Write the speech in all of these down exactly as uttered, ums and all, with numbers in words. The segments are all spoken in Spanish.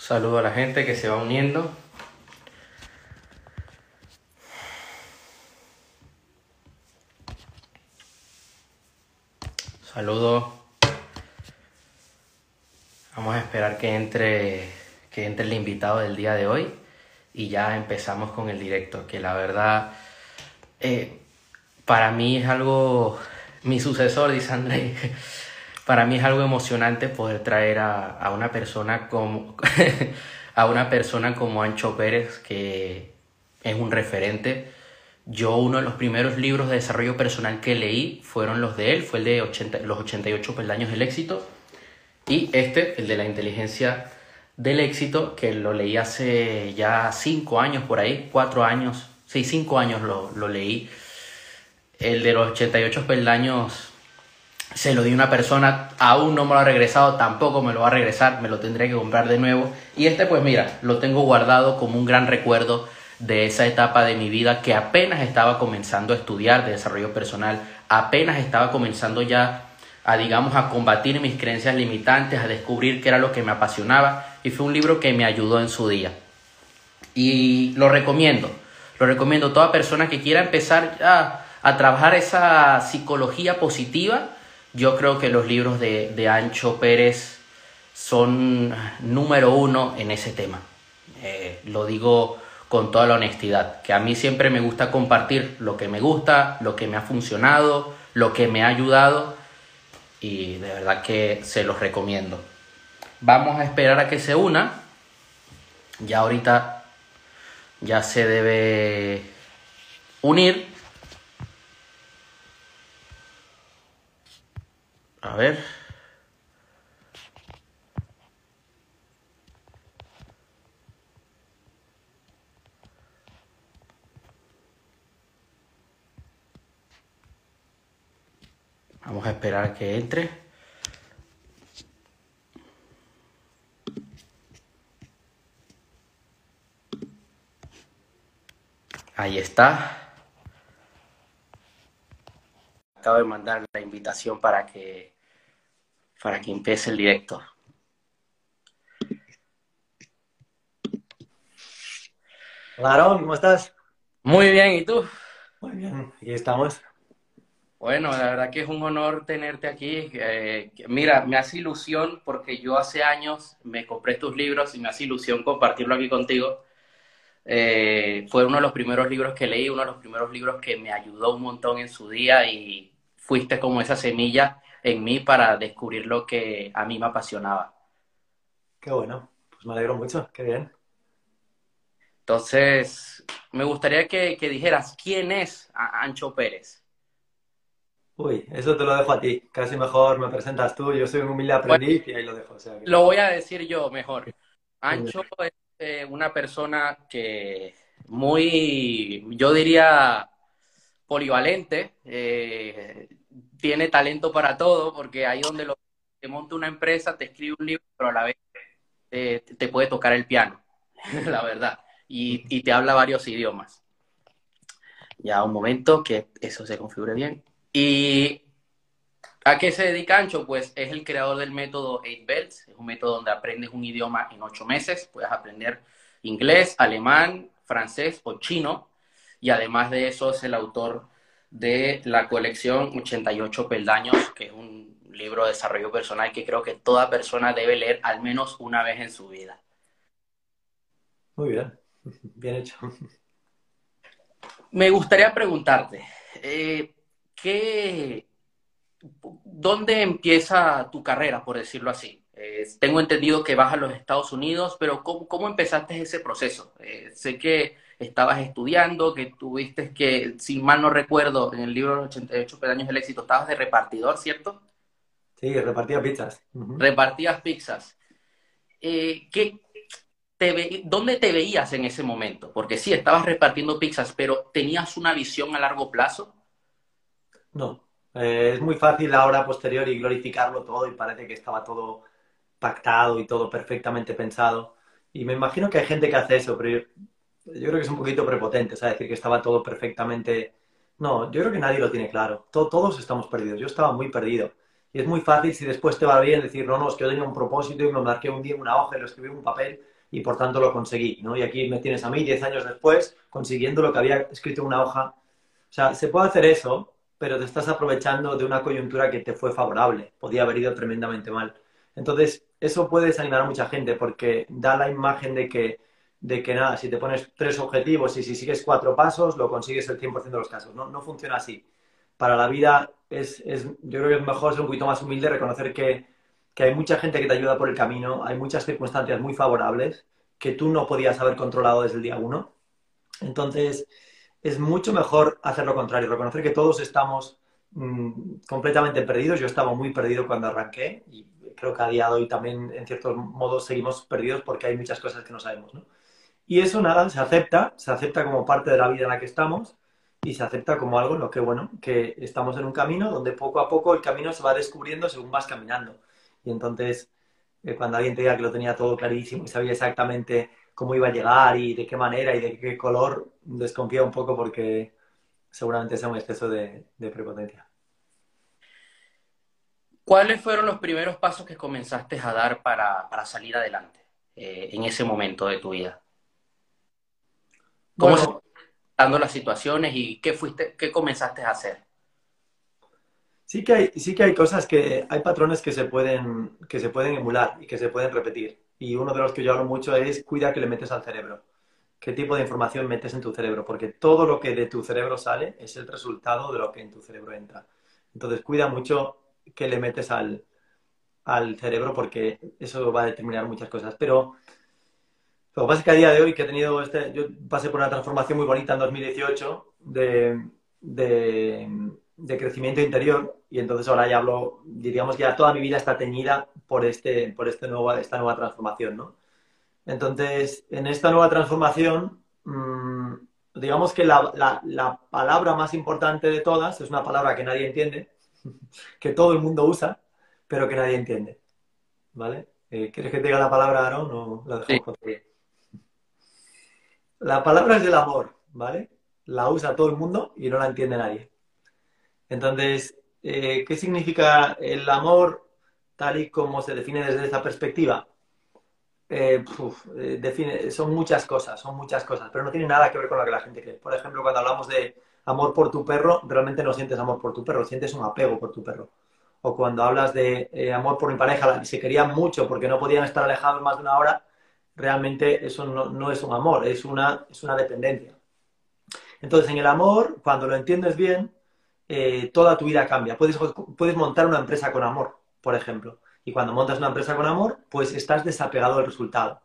Saludo a la gente que se va uniendo. Saludo. Vamos a esperar que entre, que entre el invitado del día de hoy y ya empezamos con el directo, que la verdad eh, para mí es algo, mi sucesor, dice André, para mí es algo emocionante poder traer a, a una persona como a una persona como Ancho Pérez, que es un referente. Yo uno de los primeros libros de desarrollo personal que leí fueron los de él, fue el de ochenta, los ochenta y ocho peldaños del éxito, y este, el de la inteligencia del éxito, que lo leí hace ya cinco años por ahí, cuatro años, sí, cinco años lo, lo leí. El de los ochenta y ocho peldaños se lo di a una persona, aún no me lo ha regresado, tampoco me lo va a regresar, me lo tendré que comprar de nuevo. Y este, pues mira, lo tengo guardado como un gran recuerdo de esa etapa de mi vida que apenas estaba comenzando a estudiar de desarrollo personal, apenas estaba comenzando ya a, digamos, a combatir mis creencias limitantes, a descubrir qué era lo que me apasionaba, y fue un libro que me ayudó en su día. Y lo recomiendo, lo recomiendo a toda persona que quiera empezar a, a trabajar esa psicología positiva. Yo creo que los libros de, de Ancho Pérez son número uno en ese tema. Eh, lo digo con toda la honestidad, que a mí siempre me gusta compartir lo que me gusta, lo que me ha funcionado, lo que me ha ayudado, y de verdad que se los recomiendo. Vamos a esperar a que se una. Ya ahorita ya se debe unir. A ver. Vamos a esperar a que entre. Ahí está. Acabo de mandar la invitación para que, para que empiece el directo. Hola, Aarón, ¿cómo estás? Muy bien, ¿y tú? Muy bien, aquí estamos. Bueno, la verdad que es un honor tenerte aquí. Eh, mira, me hace ilusión porque yo hace años me compré tus libros y me hace ilusión compartirlo aquí contigo. Eh, fue uno de los primeros libros que leí, uno de los primeros libros que me ayudó un montón en su día, y fuiste como esa semilla en mí para descubrir lo que a mí me apasionaba. Qué bueno, pues me alegro mucho, qué bien. Entonces, me gustaría que, que dijeras, ¿quién es A- Ancho Pérez? Uy, eso te lo dejo a ti. Casi mejor me presentas tú. Yo soy un humilde Bueno, aprendiz y ahí lo dejo. O sea que... lo voy a decir yo mejor. Muy bien. Ancho es eh, una persona que muy, yo diría, polivalente, eh, tiene talento para todo, porque ahí donde lo, te monta una empresa, te escribe un libro, pero a la vez eh, te puede tocar el piano, la verdad, y, y te habla varios idiomas. Ya un momento que eso se configure bien. ¿Y a qué se dedica Ancho? Pues es el creador del método Eight Belts. Es un método donde aprendes un idioma en ocho meses. Puedes aprender inglés, alemán, francés o chino. Y además de eso es el autor de la colección ochenta y ocho peldaños, que es un libro de desarrollo personal que creo que toda persona debe leer al menos una vez en su vida. Muy bien, bien hecho. Me gustaría preguntarte, eh, ¿qué, ¿dónde empieza tu carrera, por decirlo así? Eh, tengo entendido que vas a los Estados Unidos, pero ¿cómo, cómo empezaste ese proceso? Eh, sé que estabas estudiando, que tuviste que, si mal no recuerdo, en el libro de los ochenta y ocho peldaños del éxito, estabas de repartidor, ¿cierto? Sí, repartía pizzas. Ujú. Repartías pizzas. Eh, ¿qué, te ve, ¿Dónde te veías en ese momento? Porque sí, estabas repartiendo pizzas, pero ¿tenías una visión a largo plazo? No, Eh, es muy fácil ahora posterior y glorificarlo todo y parece que estaba todo pactado y todo perfectamente pensado. Y me imagino que hay gente que hace eso, pero yo, yo creo que es un poquito prepotente, ¿sabes? Decir que estaba todo perfectamente... No, yo creo que nadie lo tiene claro. To- todos estamos perdidos. Yo estaba muy perdido. Y es muy fácil si después te va bien decir, no, no, es que yo tenía un propósito y me marqué un día en una hoja y lo escribí en un papel. y por tanto lo conseguí, ¿no? Y aquí me tienes a mí diez años después consiguiendo lo que había escrito en una hoja. O sea, se puede hacer eso, pero te estás aprovechando de una coyuntura que te fue favorable. Podía haber ido tremendamente mal. Entonces, eso puede desanimar a mucha gente porque da la imagen de que, de que nada, si te pones tres objetivos y si sigues cuatro pasos, lo consigues el cien por ciento de los casos. No, no funciona así. Para la vida es, es, yo creo que es mejor ser un poquito más humilde, reconocer que, que hay mucha gente que te ayuda por el camino, hay muchas circunstancias muy favorables que tú no podías haber controlado desde el día uno. Entonces, es mucho mejor hacer lo contrario, reconocer que todos estamos mmm, completamente perdidos. Yo estaba muy perdido cuando arranqué y creo que a día de hoy también, en ciertos modos, seguimos perdidos porque hay muchas cosas que no sabemos, ¿no? Y eso, nada, se acepta, se acepta como parte de la vida en la que estamos y se acepta como algo en lo que, bueno, que estamos en un camino donde poco a poco el camino se va descubriendo según vas caminando. Y entonces, eh, cuando alguien te diga que lo tenía todo clarísimo y sabía exactamente cómo iba a llegar y de qué manera y de qué color, desconfía un poco porque seguramente sea un exceso de, de prepotencia. ¿Cuáles fueron los primeros pasos que comenzaste a dar para, para salir adelante eh, en ese momento de tu vida? ¿Cómo se Bueno, están dando las situaciones y qué fuiste, qué comenzaste a hacer? sí que hay, sí que hay cosas que, hay patrones que se pueden, que se pueden emular y que se pueden repetir. Y uno de los que yo hablo mucho es cuida que le metes al cerebro. ¿Qué tipo de información metes en tu cerebro? Porque todo lo que de tu cerebro sale es el resultado de lo que en tu cerebro entra. Entonces, cuida mucho qué le metes al, al cerebro porque eso va a determinar muchas cosas. Pero lo que pasa es que a día de hoy que he tenido este, yo pasé por una transformación muy bonita en dos mil dieciocho de, de, de crecimiento interior y entonces ahora ya hablo, diríamos que ya toda mi vida está teñida por, este, por este nuevo, esta nueva transformación, ¿no? Entonces, en esta nueva transformación, mmm, digamos que la, la, la palabra más importante de todas es una palabra que nadie entiende, que todo el mundo usa, pero que nadie entiende, ¿vale? Eh, ¿Quieres que te diga la palabra, Aaron, o la Sí. dejamos con ella? La palabra es del amor, ¿vale? La usa todo el mundo y no la entiende nadie. Entonces, eh, ¿qué significa el amor tal y como se define desde esta perspectiva? Eh, puf, eh, define, son muchas cosas, son muchas cosas, pero no tiene nada que ver con lo que la gente cree. Por ejemplo, cuando hablamos de amor por tu perro, realmente no sientes amor por tu perro, sientes un apego por tu perro. O cuando hablas de eh, amor por mi pareja, y se querían mucho porque no podían estar alejados más de una hora, realmente eso no, no es un amor, es una, es una dependencia. Entonces, en el amor, cuando lo entiendes bien, eh, toda tu vida cambia. Puedes, puedes montar una empresa con amor, por ejemplo. Y cuando montas una empresa con amor, pues estás desapegado del resultado.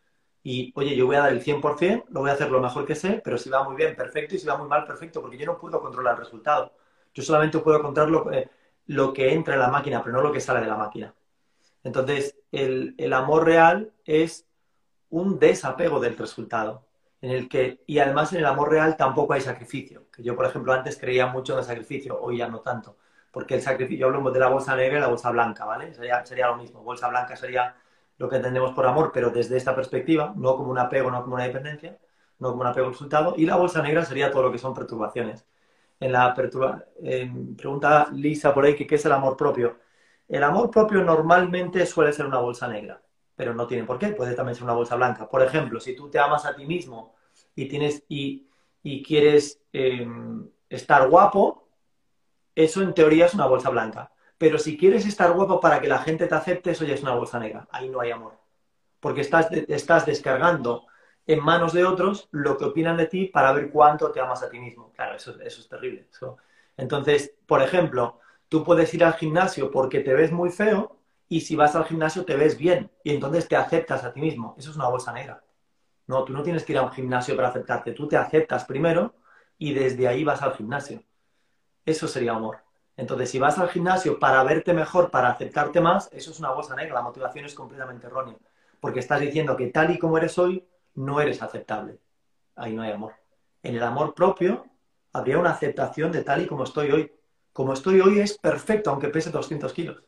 Y, oye, yo voy a dar el cien por ciento, lo voy a hacer lo mejor que sé, pero si va muy bien, perfecto, y si va muy mal, perfecto, porque yo no puedo controlar el resultado. Yo solamente puedo controlar lo, eh, lo que entra en la máquina, pero no lo que sale de la máquina. Entonces, el, el amor real es un desapego del resultado, en el que, y además en el amor real tampoco hay sacrificio, que yo, por ejemplo, antes creía mucho en el sacrificio, hoy ya no tanto, porque el sacrificio, yo hablo de la bolsa negra y la bolsa blanca, ¿vale? Sería, sería lo mismo, bolsa blanca sería lo que entendemos por amor, pero desde esta perspectiva, no como un apego, no como una dependencia, no como un apego al resultado, y la bolsa negra sería todo lo que son perturbaciones. En la perturba, eh, pregunta Lisa por ahí que qué es el amor propio. El amor propio normalmente suele ser una bolsa negra, pero no tiene por qué, puede también ser una bolsa blanca. Por ejemplo, si tú te amas a ti mismo y tienes y, y quieres eh, estar guapo, eso en teoría es una bolsa blanca. Pero si quieres estar guapo para que la gente te acepte, eso ya es una bolsa negra. Ahí no hay amor. Porque estás, estás descargando en manos de otros lo que opinan de ti para ver cuánto te amas a ti mismo. Claro, eso, eso es terrible. Eso. Entonces, por ejemplo, tú puedes ir al gimnasio porque te ves muy feo y si vas al gimnasio te ves bien y entonces te aceptas a ti mismo. Eso es una bolsa negra. No, tú no tienes que ir a un gimnasio para aceptarte. Tú te aceptas primero y desde ahí vas al gimnasio. Eso sería amor. Entonces, si vas al gimnasio para verte mejor, para aceptarte más, eso es una bolsa negra. La motivación es completamente errónea. Porque estás diciendo que tal y como eres hoy, no eres aceptable. Ahí no hay amor. En el amor propio, habría una aceptación de tal y como estoy hoy. Como estoy hoy es perfecto, aunque pese doscientos kilos.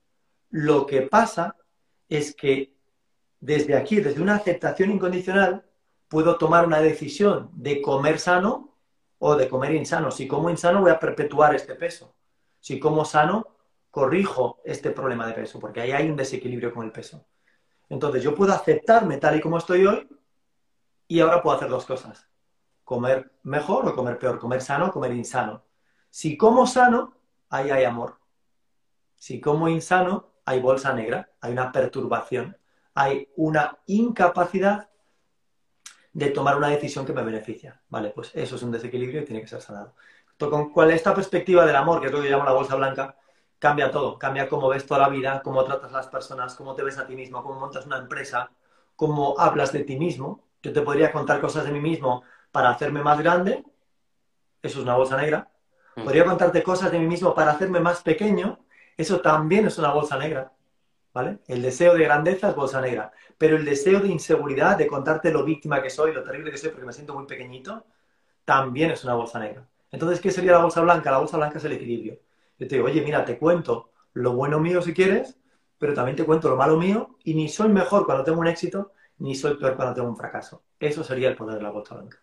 Lo que pasa es que desde aquí, desde una aceptación incondicional, puedo tomar una decisión de comer sano o de comer insano. Si como insano, voy a perpetuar este peso. Si como sano, corrijo este problema de peso, porque ahí hay un desequilibrio con el peso. Entonces yo puedo aceptarme tal y como estoy hoy y ahora puedo hacer dos cosas. Comer mejor o comer peor, comer sano o comer insano. Si como sano, ahí hay amor. Si como insano, hay bolsa negra, hay una perturbación, hay una incapacidad de tomar una decisión que me beneficia. Vale, pues eso es un desequilibrio y tiene que ser sanado. Con, con esta perspectiva del amor, que es lo que yo llamo la bolsa blanca, cambia todo. Cambia cómo ves toda la vida, cómo tratas a las personas, cómo te ves a ti mismo, cómo montas una empresa, cómo hablas de ti mismo. Yo te podría contar cosas de mí mismo para hacerme más grande, eso es una bolsa negra. Mm. Podría contarte cosas de mí mismo para hacerme más pequeño, eso también es una bolsa negra. ¿Vale? El deseo de grandeza es bolsa negra, pero el deseo de inseguridad, de contarte lo víctima que soy, lo terrible que soy porque me siento muy pequeñito, también es una bolsa negra. Entonces, ¿qué sería la bolsa blanca? La bolsa blanca es el equilibrio. Yo te digo, oye, mira, te cuento lo bueno mío si quieres, pero también te cuento lo malo mío y ni soy mejor cuando tengo un éxito, ni soy peor cuando tengo un fracaso. Eso sería el poder de la bolsa blanca.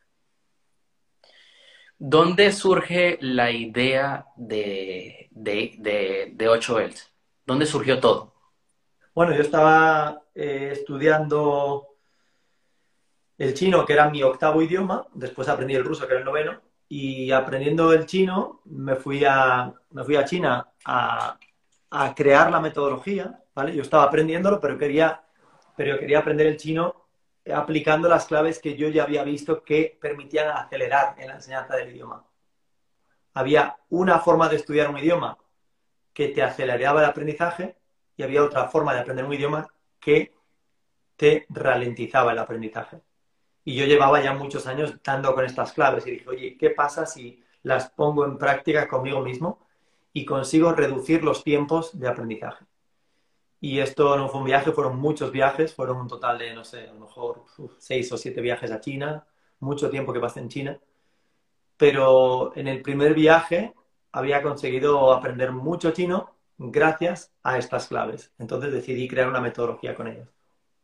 ¿Dónde surge la idea de, de, de, de ocho Bells? ¿Dónde surgió todo? Bueno, yo estaba eh, estudiando el chino, que era mi octavo idioma, después aprendí el ruso, que era el noveno, y aprendiendo el chino me fui a, me fui a China a, a crear la metodología, ¿vale? Yo estaba aprendiéndolo, pero quería, pero quería aprender el chino aplicando las claves que yo ya había visto que permitían acelerar en la enseñanza del idioma. Había una forma de estudiar un idioma que te aceleraba el aprendizaje y había otra forma de aprender un idioma que te ralentizaba el aprendizaje. Y yo llevaba ya muchos años dando con estas claves y dije, oye, ¿qué pasa si las pongo en práctica conmigo mismo y consigo reducir los tiempos de aprendizaje? Y esto no fue un viaje, fueron muchos viajes, fueron un total de, no sé, a lo mejor uf, seis o siete viajes a China, mucho tiempo que pasé en China. Pero en el primer viaje había conseguido aprender mucho chino gracias a estas claves. Entonces decidí crear una metodología con ellas.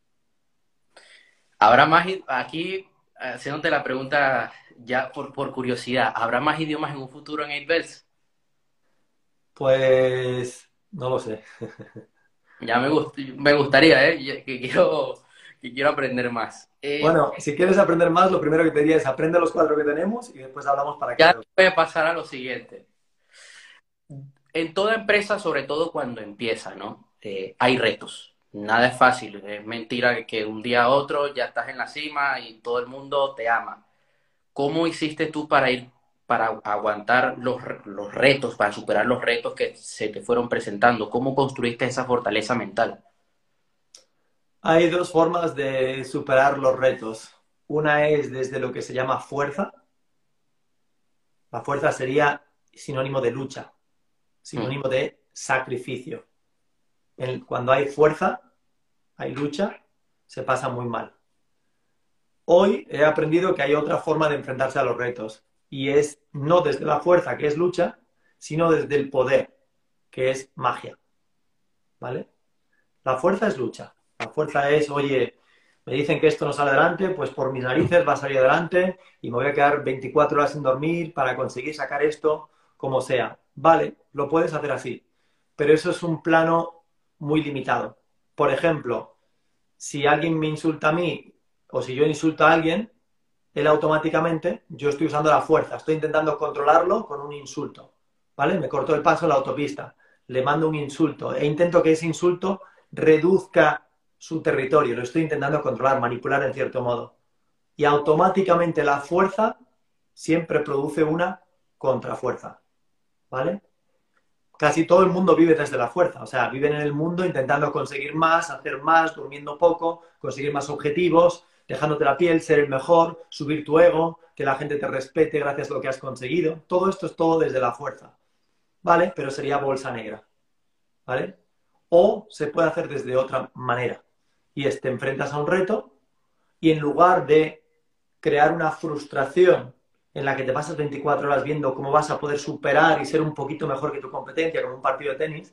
¿Habrá más, i- aquí, haciéndote la pregunta ya por, por curiosidad, ¿habrá más idiomas en un futuro en ocho Bells? Pues no lo sé. Ya me gust- me gustaría, ¿eh? Ya Que quiero, que quiero aprender más. Eh, Bueno, si quieres aprender más, lo primero que te diría es aprende los cuatro que tenemos y después hablamos para ya crear. voy a pasar a lo siguiente. En toda empresa, sobre todo cuando empieza, ¿no? Eh, hay retos. Nada es fácil. Es mentira que un día a otro ya estás en la cima y todo el mundo te ama. ¿Cómo hiciste tú para ir, para aguantar los, los retos, para superar los retos que se te fueron presentando? ¿Cómo construiste esa fortaleza mental? Hay dos formas de superar los retos. Una es desde lo que se llama fuerza. La fuerza sería sinónimo de lucha, Mm. sinónimo de sacrificio. El- cuando hay fuerza, hay lucha, se pasa muy mal. Hoy he aprendido que hay otra forma de enfrentarse a los retos y es no desde la fuerza, que es lucha, sino desde el poder, que es magia, ¿vale? La fuerza es lucha. La fuerza es, oye, me dicen que esto no sale adelante, pues por mis narices va a salir adelante y me voy a quedar veinticuatro horas sin dormir para conseguir sacar esto como sea. Vale, lo puedes hacer así, pero eso es un plano muy limitado. Por ejemplo, si alguien me insulta a mí o si yo insulto a alguien, él automáticamente, yo estoy usando la fuerza, estoy intentando controlarlo con un insulto, ¿vale? Me cortó el paso en la autopista, le mando un insulto e intento que ese insulto reduzca su territorio, lo estoy intentando controlar, manipular en cierto modo. Y automáticamente la fuerza siempre produce una contrafuerza, ¿vale? Casi todo el mundo vive desde la fuerza, o sea, viven en el mundo intentando conseguir más, hacer más, durmiendo poco, conseguir más objetivos, dejándote la piel, ser el mejor, subir tu ego, que la gente te respete gracias a lo que has conseguido. Todo esto es todo desde la fuerza, ¿vale? Pero sería bolsa negra, ¿vale? O se puede hacer desde otra manera, y es te enfrentas a un reto y en lugar de crear una frustración en la que te pasas veinticuatro horas viendo cómo vas a poder superar y ser un poquito mejor que tu competencia, como un partido de tenis,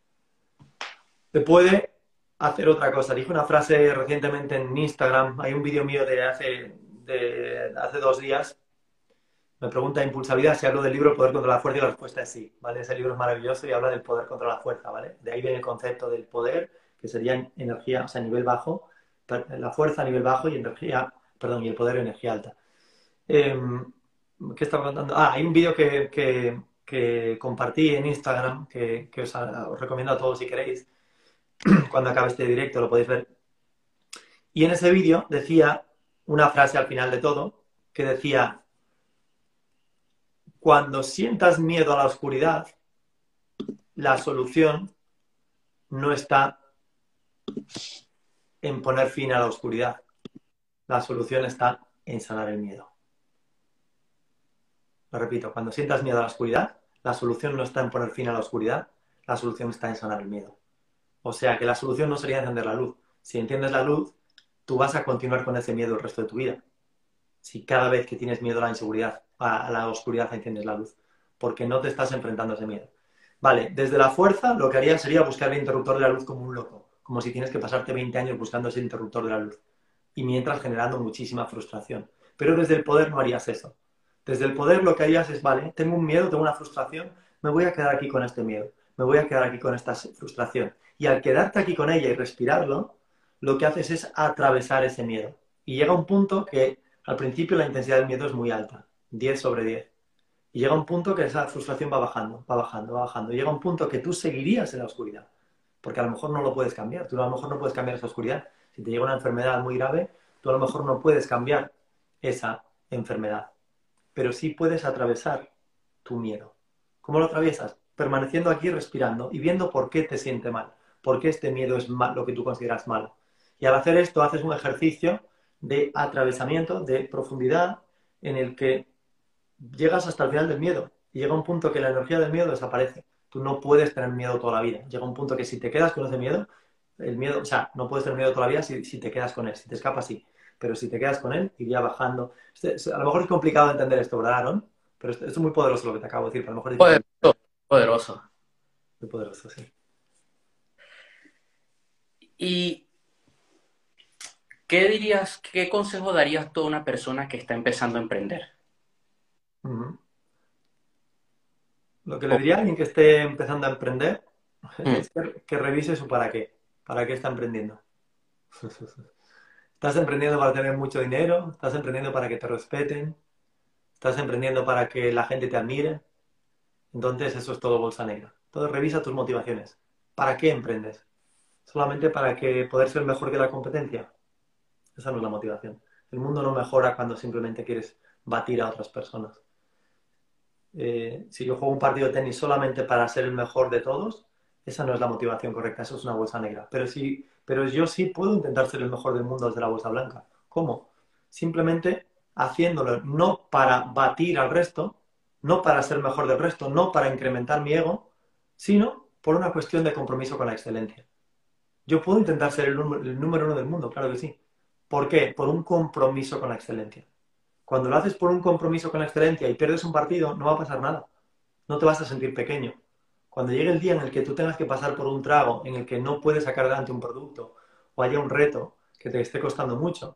te puede hacer otra cosa. Dije una frase recientemente en Instagram, hay un vídeo mío de hace, de hace dos días, me pregunta Impulsabilidad si hablo del libro El poder contra la fuerza y la respuesta es sí, ¿vale? Ese libro es maravilloso y habla del poder contra la fuerza, ¿vale? De ahí viene el concepto del poder, que sería energía, o sea, nivel bajo, la fuerza a nivel bajo y energía, perdón, y el poder energía alta. Eh, ¿Qué estaba contando? Ah, hay un vídeo que, que, que compartí en Instagram que, que os, os recomiendo a todos si queréis. Cuando acabe este directo lo podéis ver. Y en ese vídeo decía una frase al final de todo que decía: cuando sientas miedo a la oscuridad, la solución no está en poner fin a la oscuridad. La solución está en sanar el miedo. Lo repito, cuando sientas miedo a la oscuridad, la solución no está en poner fin a la oscuridad, la solución está en sanar el miedo. O sea que la solución no sería encender la luz. Si enciendes la luz, tú vas a continuar con ese miedo el resto de tu vida. Si cada vez que tienes miedo a la inseguridad, a la oscuridad, enciendes la luz. Porque no te estás enfrentando a ese miedo. Vale, desde la fuerza lo que haría sería buscar el interruptor de la luz como un loco. Como si tienes que pasarte veinte años buscando ese interruptor de la luz. Y mientras generando muchísima frustración. Pero desde el poder no harías eso. Desde el poder lo que harías es, vale, tengo un miedo, tengo una frustración, me voy a quedar aquí con este miedo. Me voy a quedar aquí con esta frustración. Y al quedarte aquí con ella y respirarlo, lo que haces es atravesar ese miedo. Y llega un punto que al principio la intensidad del miedo es muy alta, diez sobre diez. Y llega un punto que esa frustración va bajando, va bajando, va bajando. Y llega un punto que tú seguirías en la oscuridad. Porque a lo mejor no lo puedes cambiar. Tú a lo mejor no puedes cambiar esa oscuridad. Si te llega una enfermedad muy grave, tú a lo mejor no puedes cambiar esa enfermedad. Pero sí puedes atravesar tu miedo. ¿Cómo lo atraviesas? Permaneciendo aquí, respirando y viendo por qué te siente mal. Por qué este miedo es mal, lo que tú consideras malo. Y al hacer esto haces un ejercicio de atravesamiento, de profundidad, en el que llegas hasta el final del miedo. Y llega un punto que la energía del miedo desaparece. Tú no puedes tener miedo toda la vida. Llega un punto que si te quedas con ese miedo, el miedo, o sea, no puedes tener miedo toda la vida si, si te quedas con él. Si te escapas, sí. Pero si te quedas con él, iría bajando. A lo mejor es complicado entender esto, ¿verdad, Aaron? Pero esto, esto es muy poderoso lo que te acabo de decir. Pero a lo mejor es difícil. Poderoso, poderoso. Muy poderoso, sí. ¿Y qué dirías, qué consejo darías tú a una persona que está empezando a emprender? Uh-huh. Lo que le O- diría a alguien que esté empezando a emprender Mm, es que, que revise su para qué. ¿Para qué está emprendiendo? ¿Estás emprendiendo para tener mucho dinero? ¿Estás emprendiendo para que te respeten? ¿Estás emprendiendo para que la gente te admire? Entonces eso es todo bolsa negra. Entonces revisa tus motivaciones. ¿Para qué emprendes? ¿Solamente para que poder ser mejor que la competencia? Esa no es la motivación. El mundo no mejora cuando simplemente quieres batir a otras personas. Eh, si yo juego un partido de tenis solamente para ser el mejor de todos, esa no es la motivación correcta, eso es una bolsa negra. Pero, sí, pero yo sí puedo intentar ser el mejor del mundo desde la bolsa blanca. ¿Cómo? Simplemente haciéndolo no para batir al resto, no para ser mejor del resto, no para incrementar mi ego, sino por una cuestión de compromiso con la excelencia. Yo puedo intentar ser el, el número uno del mundo, claro que sí. ¿Por qué? Por un compromiso con la excelencia. Cuando lo haces por un compromiso con la excelencia y pierdes un partido, no va a pasar nada. No te vas a sentir pequeño. Cuando llegue el día en el que tú tengas que pasar por un trago, en el que no puedes sacar adelante un producto o haya un reto que te esté costando mucho,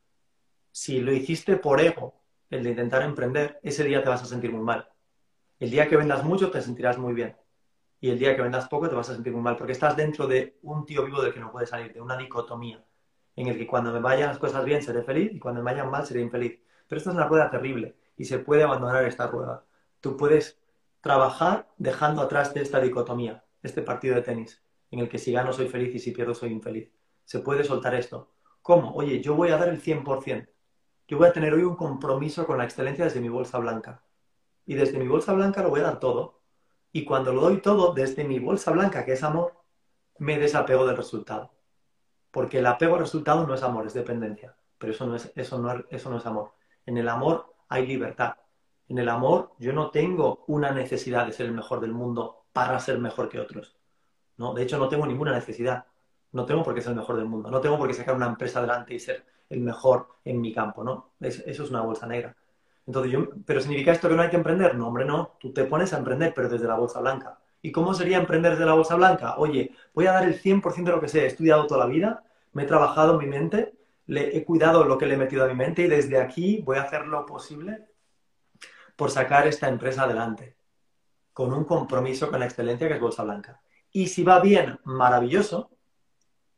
si lo hiciste por ego, el de intentar emprender, ese día te vas a sentir muy mal. El día que vendas mucho te sentirás muy bien. Y el día que vendas poco te vas a sentir muy mal, porque estás dentro de un tío vivo del que no puedes salir, de una dicotomía, en el que cuando me vayan las cosas bien seré feliz y cuando me vayan mal seré infeliz. Pero esta es una rueda terrible y se puede abandonar esta rueda. Tú puedes trabajar dejando atrás de esta dicotomía, este partido de tenis, en el que si gano soy feliz y si pierdo soy infeliz. Se puede soltar esto. ¿Cómo? Oye, yo voy a dar el cien por ciento. Yo voy a tener hoy un compromiso con la excelencia desde mi bolsa blanca. Y desde mi bolsa blanca lo voy a dar todo. Y cuando lo doy todo desde mi bolsa blanca, que es amor, me desapego del resultado. Porque el apego al resultado no es amor, es dependencia. Pero eso no es, eso no es, eso no es amor. En el amor hay libertad. En el amor yo no tengo una necesidad de ser el mejor del mundo para ser mejor que otros. ¿No? De hecho, no tengo ninguna necesidad. No tengo por qué ser el mejor del mundo. No tengo por qué sacar una empresa adelante y ser el mejor en mi campo. ¿No? Es, eso es una bolsa negra. Entonces yo, ¿pero significa esto que no hay que emprender? No, hombre, no. Tú te pones a emprender, pero desde la bolsa blanca. ¿Y cómo sería emprender desde la bolsa blanca? Oye, voy a dar el cien por ciento de lo que sé. He estudiado toda la vida, me he trabajado en mi mente, le he cuidado lo que le he metido a mi mente y desde aquí voy a hacer lo posible por sacar esta empresa adelante, con un compromiso con la excelencia que es bolsa blanca. Y si va bien, maravilloso.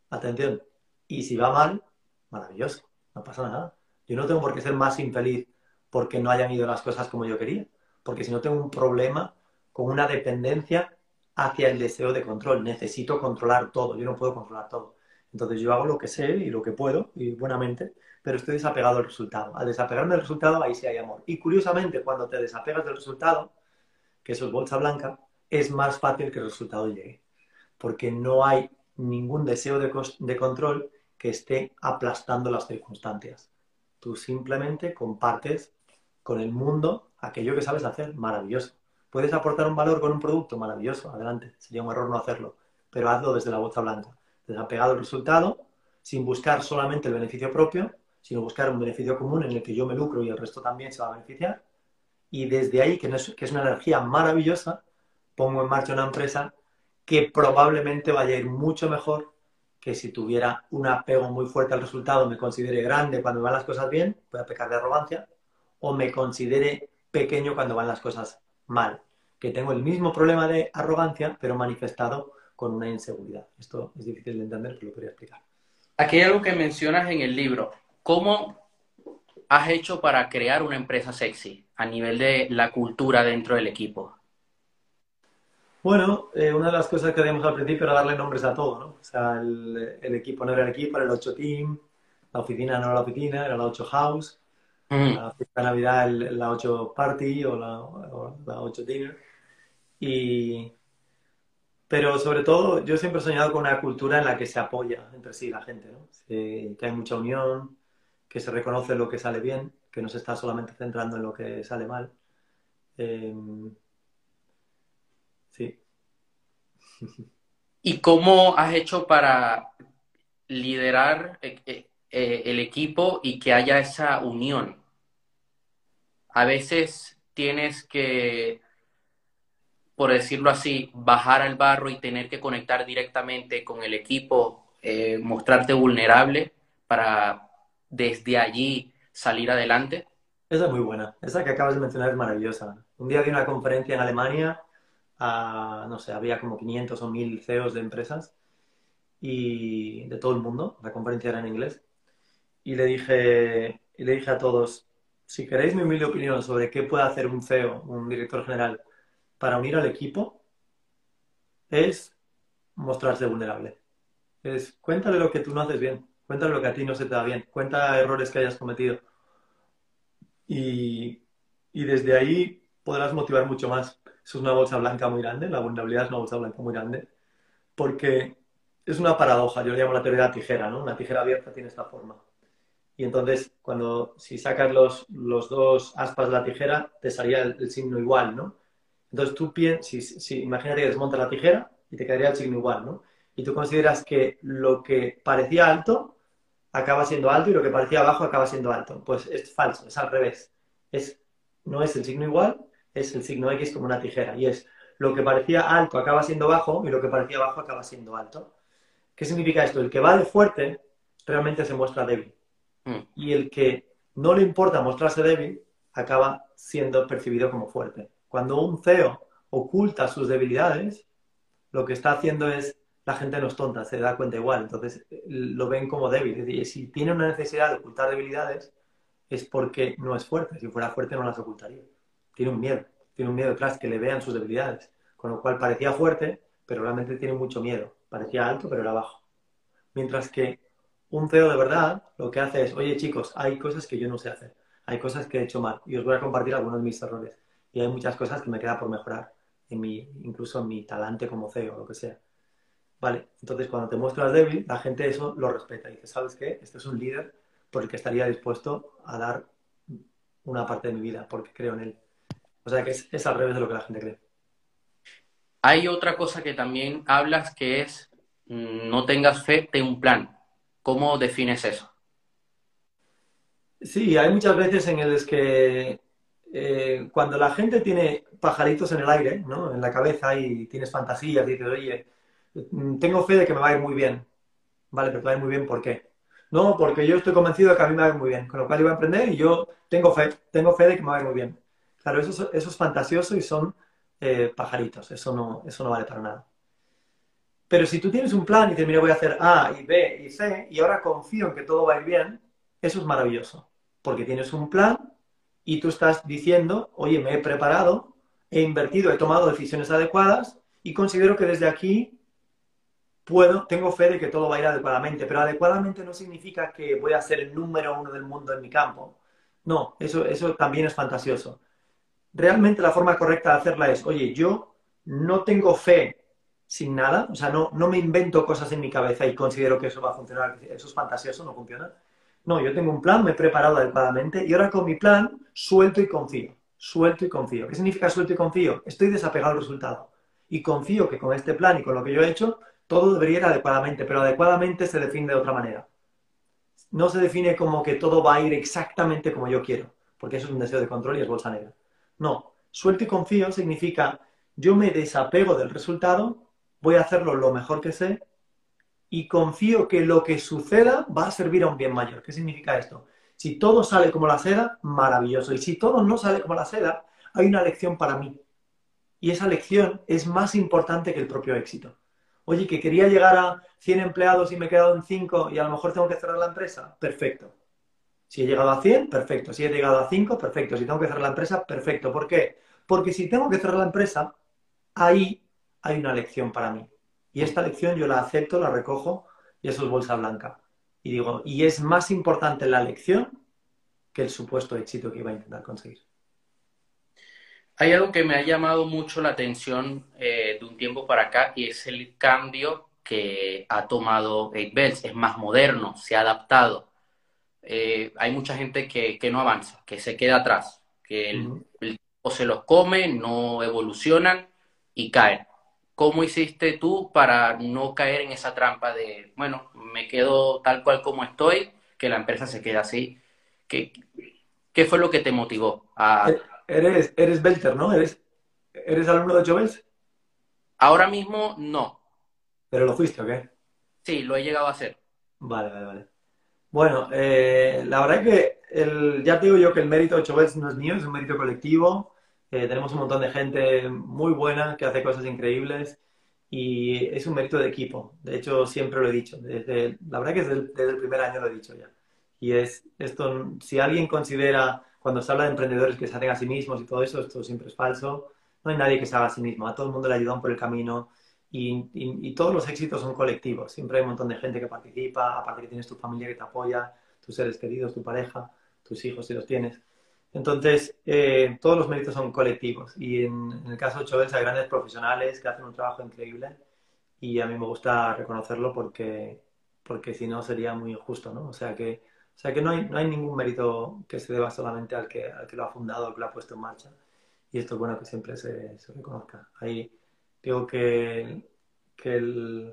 atención. Y si va mal, maravilloso, no pasa nada. Yo no tengo por qué ser más infeliz porque no hayan ido las cosas como yo quería. Porque si no tengo un problema con una dependencia hacia el deseo de control. Necesito controlar todo, yo no puedo controlar todo. Entonces yo hago lo que sé y lo que puedo, y buenamente, pero estoy desapegado del resultado. Al desapegarme del resultado, ahí sí hay amor. Y curiosamente, cuando te desapegas del resultado, que eso es bolsa blanca, es más fácil que el resultado llegue. Porque no hay ningún deseo de, de control que esté aplastando las circunstancias. Tú simplemente compartes con el mundo aquello que sabes hacer, maravilloso. ¿Puedes aportar un valor con un producto? Maravilloso, adelante. Sería un error no hacerlo, pero hazlo desde la bolsa blanca. Desapegado del resultado, sin buscar solamente el beneficio propio, sino buscar un beneficio común en el que yo me lucro y el resto también se va a beneficiar. Y desde ahí, que, no es, que es una energía maravillosa, pongo en marcha una empresa que probablemente vaya a ir mucho mejor que si tuviera un apego muy fuerte al resultado, me considere grande cuando van las cosas bien, voy a pecar de arrogancia, o me considere pequeño cuando van las cosas mal, que tengo el mismo problema de arrogancia, pero manifestado con una inseguridad. Esto es difícil de entender, pero lo quería explicar. Aquí hay algo que mencionas en el libro. ¿Cómo has hecho para crear una empresa sexy a nivel de la cultura dentro del equipo? Bueno, eh, una de las cosas que hacíamos al principio era darle nombres a todo, ¿no? O sea, el, el equipo no era el equipo, era el ocho Team, la oficina no era la oficina, era la ocho House, Mm. la fiesta de Navidad el- la ocho Party o la, o la ocho Dinner. Y, pero sobre todo, yo siempre he soñado con una cultura en la que se apoya entre sí la gente, ¿no? Se- que hay mucha unión, que se reconoce lo que sale bien, que no se está solamente centrando en lo que sale mal. Eh, sí. ¿Y cómo has hecho para liderar eh, eh, eh, el equipo y que haya esa unión? A veces tienes que, por decirlo así, bajar al barro y tener que conectar directamente con el equipo, eh, mostrarte vulnerable para desde allí salir adelante. Esa es muy buena. Esa que acabas de mencionar es maravillosa. Un día di una conferencia en Alemania, a, no sé, había como quinientos o mil C E Os de empresas y de todo el mundo. La conferencia era en inglés. Y le dije, y le dije a todos, si queréis mi humilde opinión sobre qué puede hacer un C E O, un director general, para unir al equipo, es mostrarse vulnerable. Es cuéntale lo que tú no haces bien, cuéntale lo que a ti no se te da bien, cuenta errores que hayas cometido. Y, y desde ahí podrás motivar mucho más. Eso es una bolsa blanca muy grande, la vulnerabilidad es una bolsa blanca muy grande, porque es una paradoja, yo le llamo la teoría de la tijera, ¿no? Una tijera abierta tiene esta forma. Y entonces, cuando si sacas los, los dos aspas de la tijera, te salía el, el signo igual, ¿no? Entonces tú piensas, si, si, imagínate que desmontas la tijera y te quedaría el signo igual, ¿no? Y tú consideras que lo que parecía alto acaba siendo alto y lo que parecía bajo acaba siendo alto. Pues es falso, es al revés. Es, no es el signo igual, es el signo X como una tijera. Y es lo que parecía alto acaba siendo bajo y lo que parecía bajo acaba siendo alto. ¿Qué significa esto? El que va de fuerte realmente se muestra débil. Mm. Y el que no le importa mostrarse débil acaba siendo percibido como fuerte. Cuando un C E O oculta sus debilidades, lo que está haciendo es, la gente no es tonta, se da cuenta igual, entonces lo ven como débil. Es decir, si tiene una necesidad de ocultar debilidades, es porque no es fuerte. Si fuera fuerte no las ocultaría. Tiene un miedo, tiene un miedo detrás que le vean sus debilidades. Con lo cual parecía fuerte, pero realmente tiene mucho miedo. Parecía alto, pero era bajo. Mientras que un C E O de verdad lo que hace es, oye chicos, hay cosas que yo no sé hacer, hay cosas que he hecho mal y os voy a compartir algunos de mis errores. Y hay muchas cosas que me queda por mejorar, en mi, incluso en mi talante como C E O o lo que sea. Vale, entonces cuando te muestras débil, la gente eso lo respeta y dice, ¿sabes qué? Este es un líder por el que estaría dispuesto a dar una parte de mi vida, porque creo en él. O sea que es, es al revés de lo que la gente cree. Hay otra cosa que también hablas que es mm, no tengas fe, ten un plan. ¿Cómo defines eso? Sí, hay muchas veces en las que eh, cuando la gente tiene pajaritos en el aire, ¿no? En la cabeza y tienes fantasías, dices, oye, mm, tengo fe de que me va a ir muy bien. Vale, pero te va a ir muy bien, ¿por qué? No, porque yo estoy convencido de que a mí me va a ir muy bien, con lo cual yo voy a emprender y yo tengo fe, tengo fe de que me va a ir muy bien. Claro, eso, es- eso es fantasioso y son eh, pajaritos, eso no, eso no vale para nada. Pero si tú tienes un plan y dices, mira, voy a hacer A y B y C y ahora confío en que todo va a ir bien, eso es maravilloso. Porque tienes un plan y tú estás diciendo, oye, me he preparado, he invertido, he tomado decisiones adecuadas y considero que desde aquí puedo, tengo fe de que todo va a ir adecuadamente. Pero adecuadamente no significa que voy a ser el número uno del mundo en mi campo. No, eso, eso también es fantasioso. Realmente la forma correcta de hacerla es, oye, yo no tengo fe sin nada, o sea, no, no me invento cosas en mi cabeza y considero que eso va a funcionar, eso es fantasioso, no funciona. No, yo tengo un plan, me he preparado adecuadamente y ahora con mi plan suelto y confío, suelto y confío. ¿Qué significa suelto y confío? Estoy desapegado del resultado y confío que con este plan y con lo que yo he hecho, todo debería ir adecuadamente, pero adecuadamente se define de otra manera. No se define como que todo va a ir exactamente como yo quiero, porque eso es un deseo de control y es bolsa negra. No, suelto y confío significa yo me desapego del resultado, voy a hacerlo lo mejor que sé y confío que lo que suceda va a servir a un bien mayor. ¿Qué significa esto? Si todo sale como la seda, maravilloso. Y si todo no sale como la seda, hay una lección para mí. Y esa lección es más importante que el propio éxito. Oye, que quería llegar a cien empleados y me he quedado en cinco y a lo mejor tengo que cerrar la empresa. Perfecto. Si he llegado a cien, perfecto. Si he llegado a cinco, perfecto. Si tengo que cerrar la empresa, perfecto. ¿Por qué? Porque si tengo que cerrar la empresa, ahí hay una lección para mí. Y esta lección yo la acepto, la recojo y eso es bolsa blanca. Y digo, y es más importante la lección que el supuesto éxito que iba a intentar conseguir. Hay algo que me ha llamado mucho la atención eh, de un tiempo para acá y es el cambio que ha tomado eight Bells. Es más moderno, se ha adaptado. Eh, hay mucha gente que, que no avanza, que se queda atrás, que el, Uh-huh. el tiempo se los come, no evolucionan y caen. ¿Cómo hiciste tú para no caer en esa trampa de, bueno, me quedo tal cual como estoy, que la empresa se queda así? ¿Qué, qué fue lo que te motivó a... Eres, eres Belter, ¿no? ¿Eres, eres alumno de ocho Bells? Ahora mismo no, ¿Pero lo fuiste o qué? sí, lo he llegado a hacer. Vale, vale, vale. Bueno, eh, la verdad que el, ya te digo yo que el mérito de ocho Bells no es mío, es un mérito colectivo. Eh, tenemos un montón de gente muy buena que hace cosas increíbles y es un mérito de equipo. De hecho, siempre lo he dicho. Desde, la verdad que desde el, desde el primer año lo he dicho ya. Y es esto, si alguien considera, cuando se habla de emprendedores que se hacen a sí mismos y todo eso, esto siempre es falso. No hay nadie que se haga a sí mismo. A todo el mundo le ayudan por el camino y, y, y todos los éxitos son colectivos. Siempre hay un montón de gente que participa, aparte que tienes tu familia que te apoya, tus seres queridos, tu pareja, tus hijos si los tienes. Entonces, eh, todos los méritos son colectivos. Y en, en el caso de Choves hay grandes profesionales que hacen un trabajo increíble y a mí me gusta reconocerlo porque, porque si no sería muy injusto, ¿no? O sea que, o sea que no hay, no hay ningún mérito que se deba solamente al que, al que lo ha fundado, al que lo ha puesto en marcha. Y esto es bueno que siempre se, se reconozca. Ahí digo que, que el,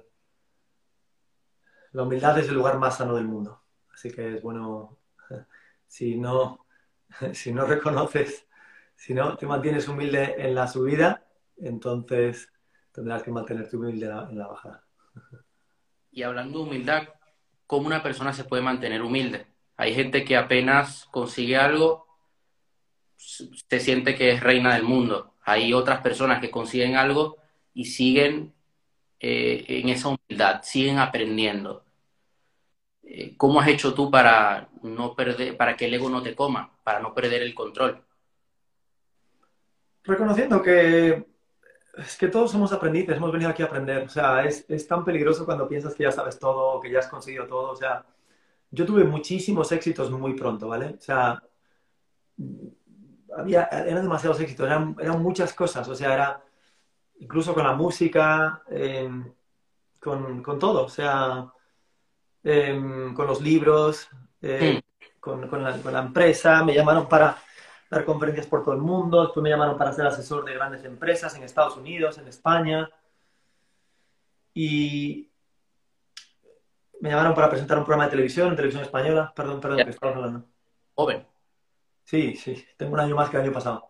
la humildad es el lugar más sano del mundo. Así que es bueno, si no, si no reconoces, si no te mantienes humilde en la subida, entonces tendrás que mantenerte humilde en la, en la bajada. Y hablando de humildad, ¿cómo una persona se puede mantener humilde? Hay gente que apenas consigue algo, se siente que es reina del mundo. Hay otras personas que consiguen algo y siguen eh, en esa humildad, siguen aprendiendo. Eh, ¿Cómo has hecho tú para no perder, para que el ego no te coma, para no perder el control? Reconociendo que es que todos somos aprendices, hemos venido aquí a aprender. O sea, es, es tan peligroso cuando piensas que ya sabes todo, que ya has conseguido todo. O sea, yo tuve muchísimos éxitos muy pronto, ¿vale? O sea, había, eran demasiados éxitos, eran, eran muchas cosas. O sea, era incluso con la música, eh, con, con todo. O sea, eh, con los libros, Hmm. eh, con, con la, con la empresa. Me llamaron para dar conferencias por todo el mundo. Después me llamaron para ser asesor de grandes empresas en Estados Unidos, en España. Y me llamaron para presentar un programa de televisión, en televisión española. Perdón, perdón, Ya, que estaba hablando. joven. Sí, sí, tengo un año más que el año pasado.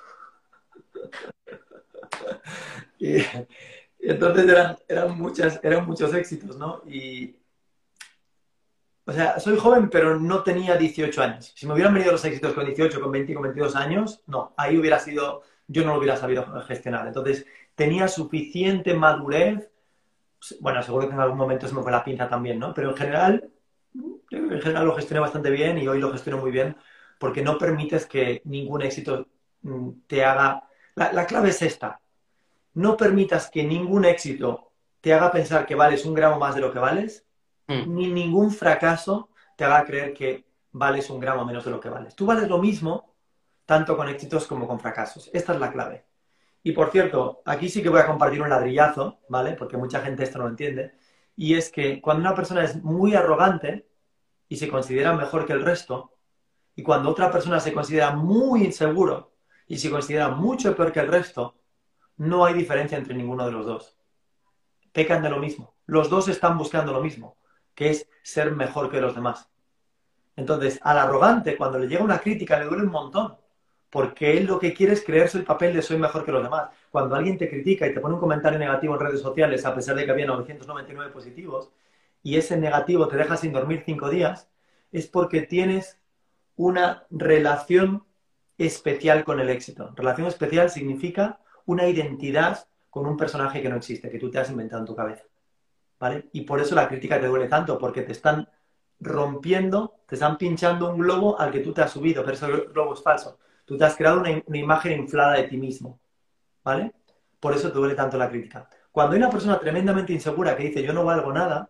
Y, y entonces eran, eran, muchas, eran muchos éxitos, ¿no? Y, o sea, soy joven, pero no tenía dieciocho años. Si me hubieran venido los éxitos con dieciocho, con veinte, con veintidós años, no, ahí hubiera sido, yo no lo hubiera sabido gestionar. Entonces, tenía suficiente madurez bueno, seguro que en algún momento se me fue la pinza también, ¿no? Pero en general, yo creo que en general lo gestioné bastante bien y hoy lo gestiono muy bien porque no permites que ningún éxito mm, te haga... La, la clave es esta. No permitas que ningún éxito te haga pensar que vales un gramo más de lo que vales, Mm, ni ningún fracaso te haga creer que vales un gramo menos de lo que vales. Tú vales lo mismo tanto con éxitos como con fracasos. Esta es la clave. Y por cierto, aquí sí que voy a compartir un ladrillazo, ¿vale? Porque mucha gente esto no lo entiende. Y es que cuando una persona es muy arrogante y se considera mejor que el resto, y cuando otra persona se considera muy inseguro y se considera mucho peor que el resto, no hay diferencia entre ninguno de los dos. Pecan de lo mismo. Los dos están buscando lo mismo, que es ser mejor que los demás. Entonces, al arrogante, cuando le llega una crítica, le duele un montón, porque él lo que quiere es creerse el papel de soy mejor que los demás. Cuando alguien te critica y te pone un comentario negativo en redes sociales, a pesar de que había novecientos noventa y nueve positivos, y ese negativo te deja sin dormir cinco días, es porque tienes una relación especial con el éxito. Relación especial significa una identidad con un personaje que no existe, que tú te has inventado en tu cabeza. ¿Vale? Y por eso la crítica te duele tanto, porque te están rompiendo, te están pinchando un globo al que tú te has subido, pero ese globo es falso. Tú te has creado una, una imagen inflada de ti mismo, ¿vale? Por eso te duele tanto la crítica. Cuando hay una persona tremendamente insegura que dice yo no valgo nada,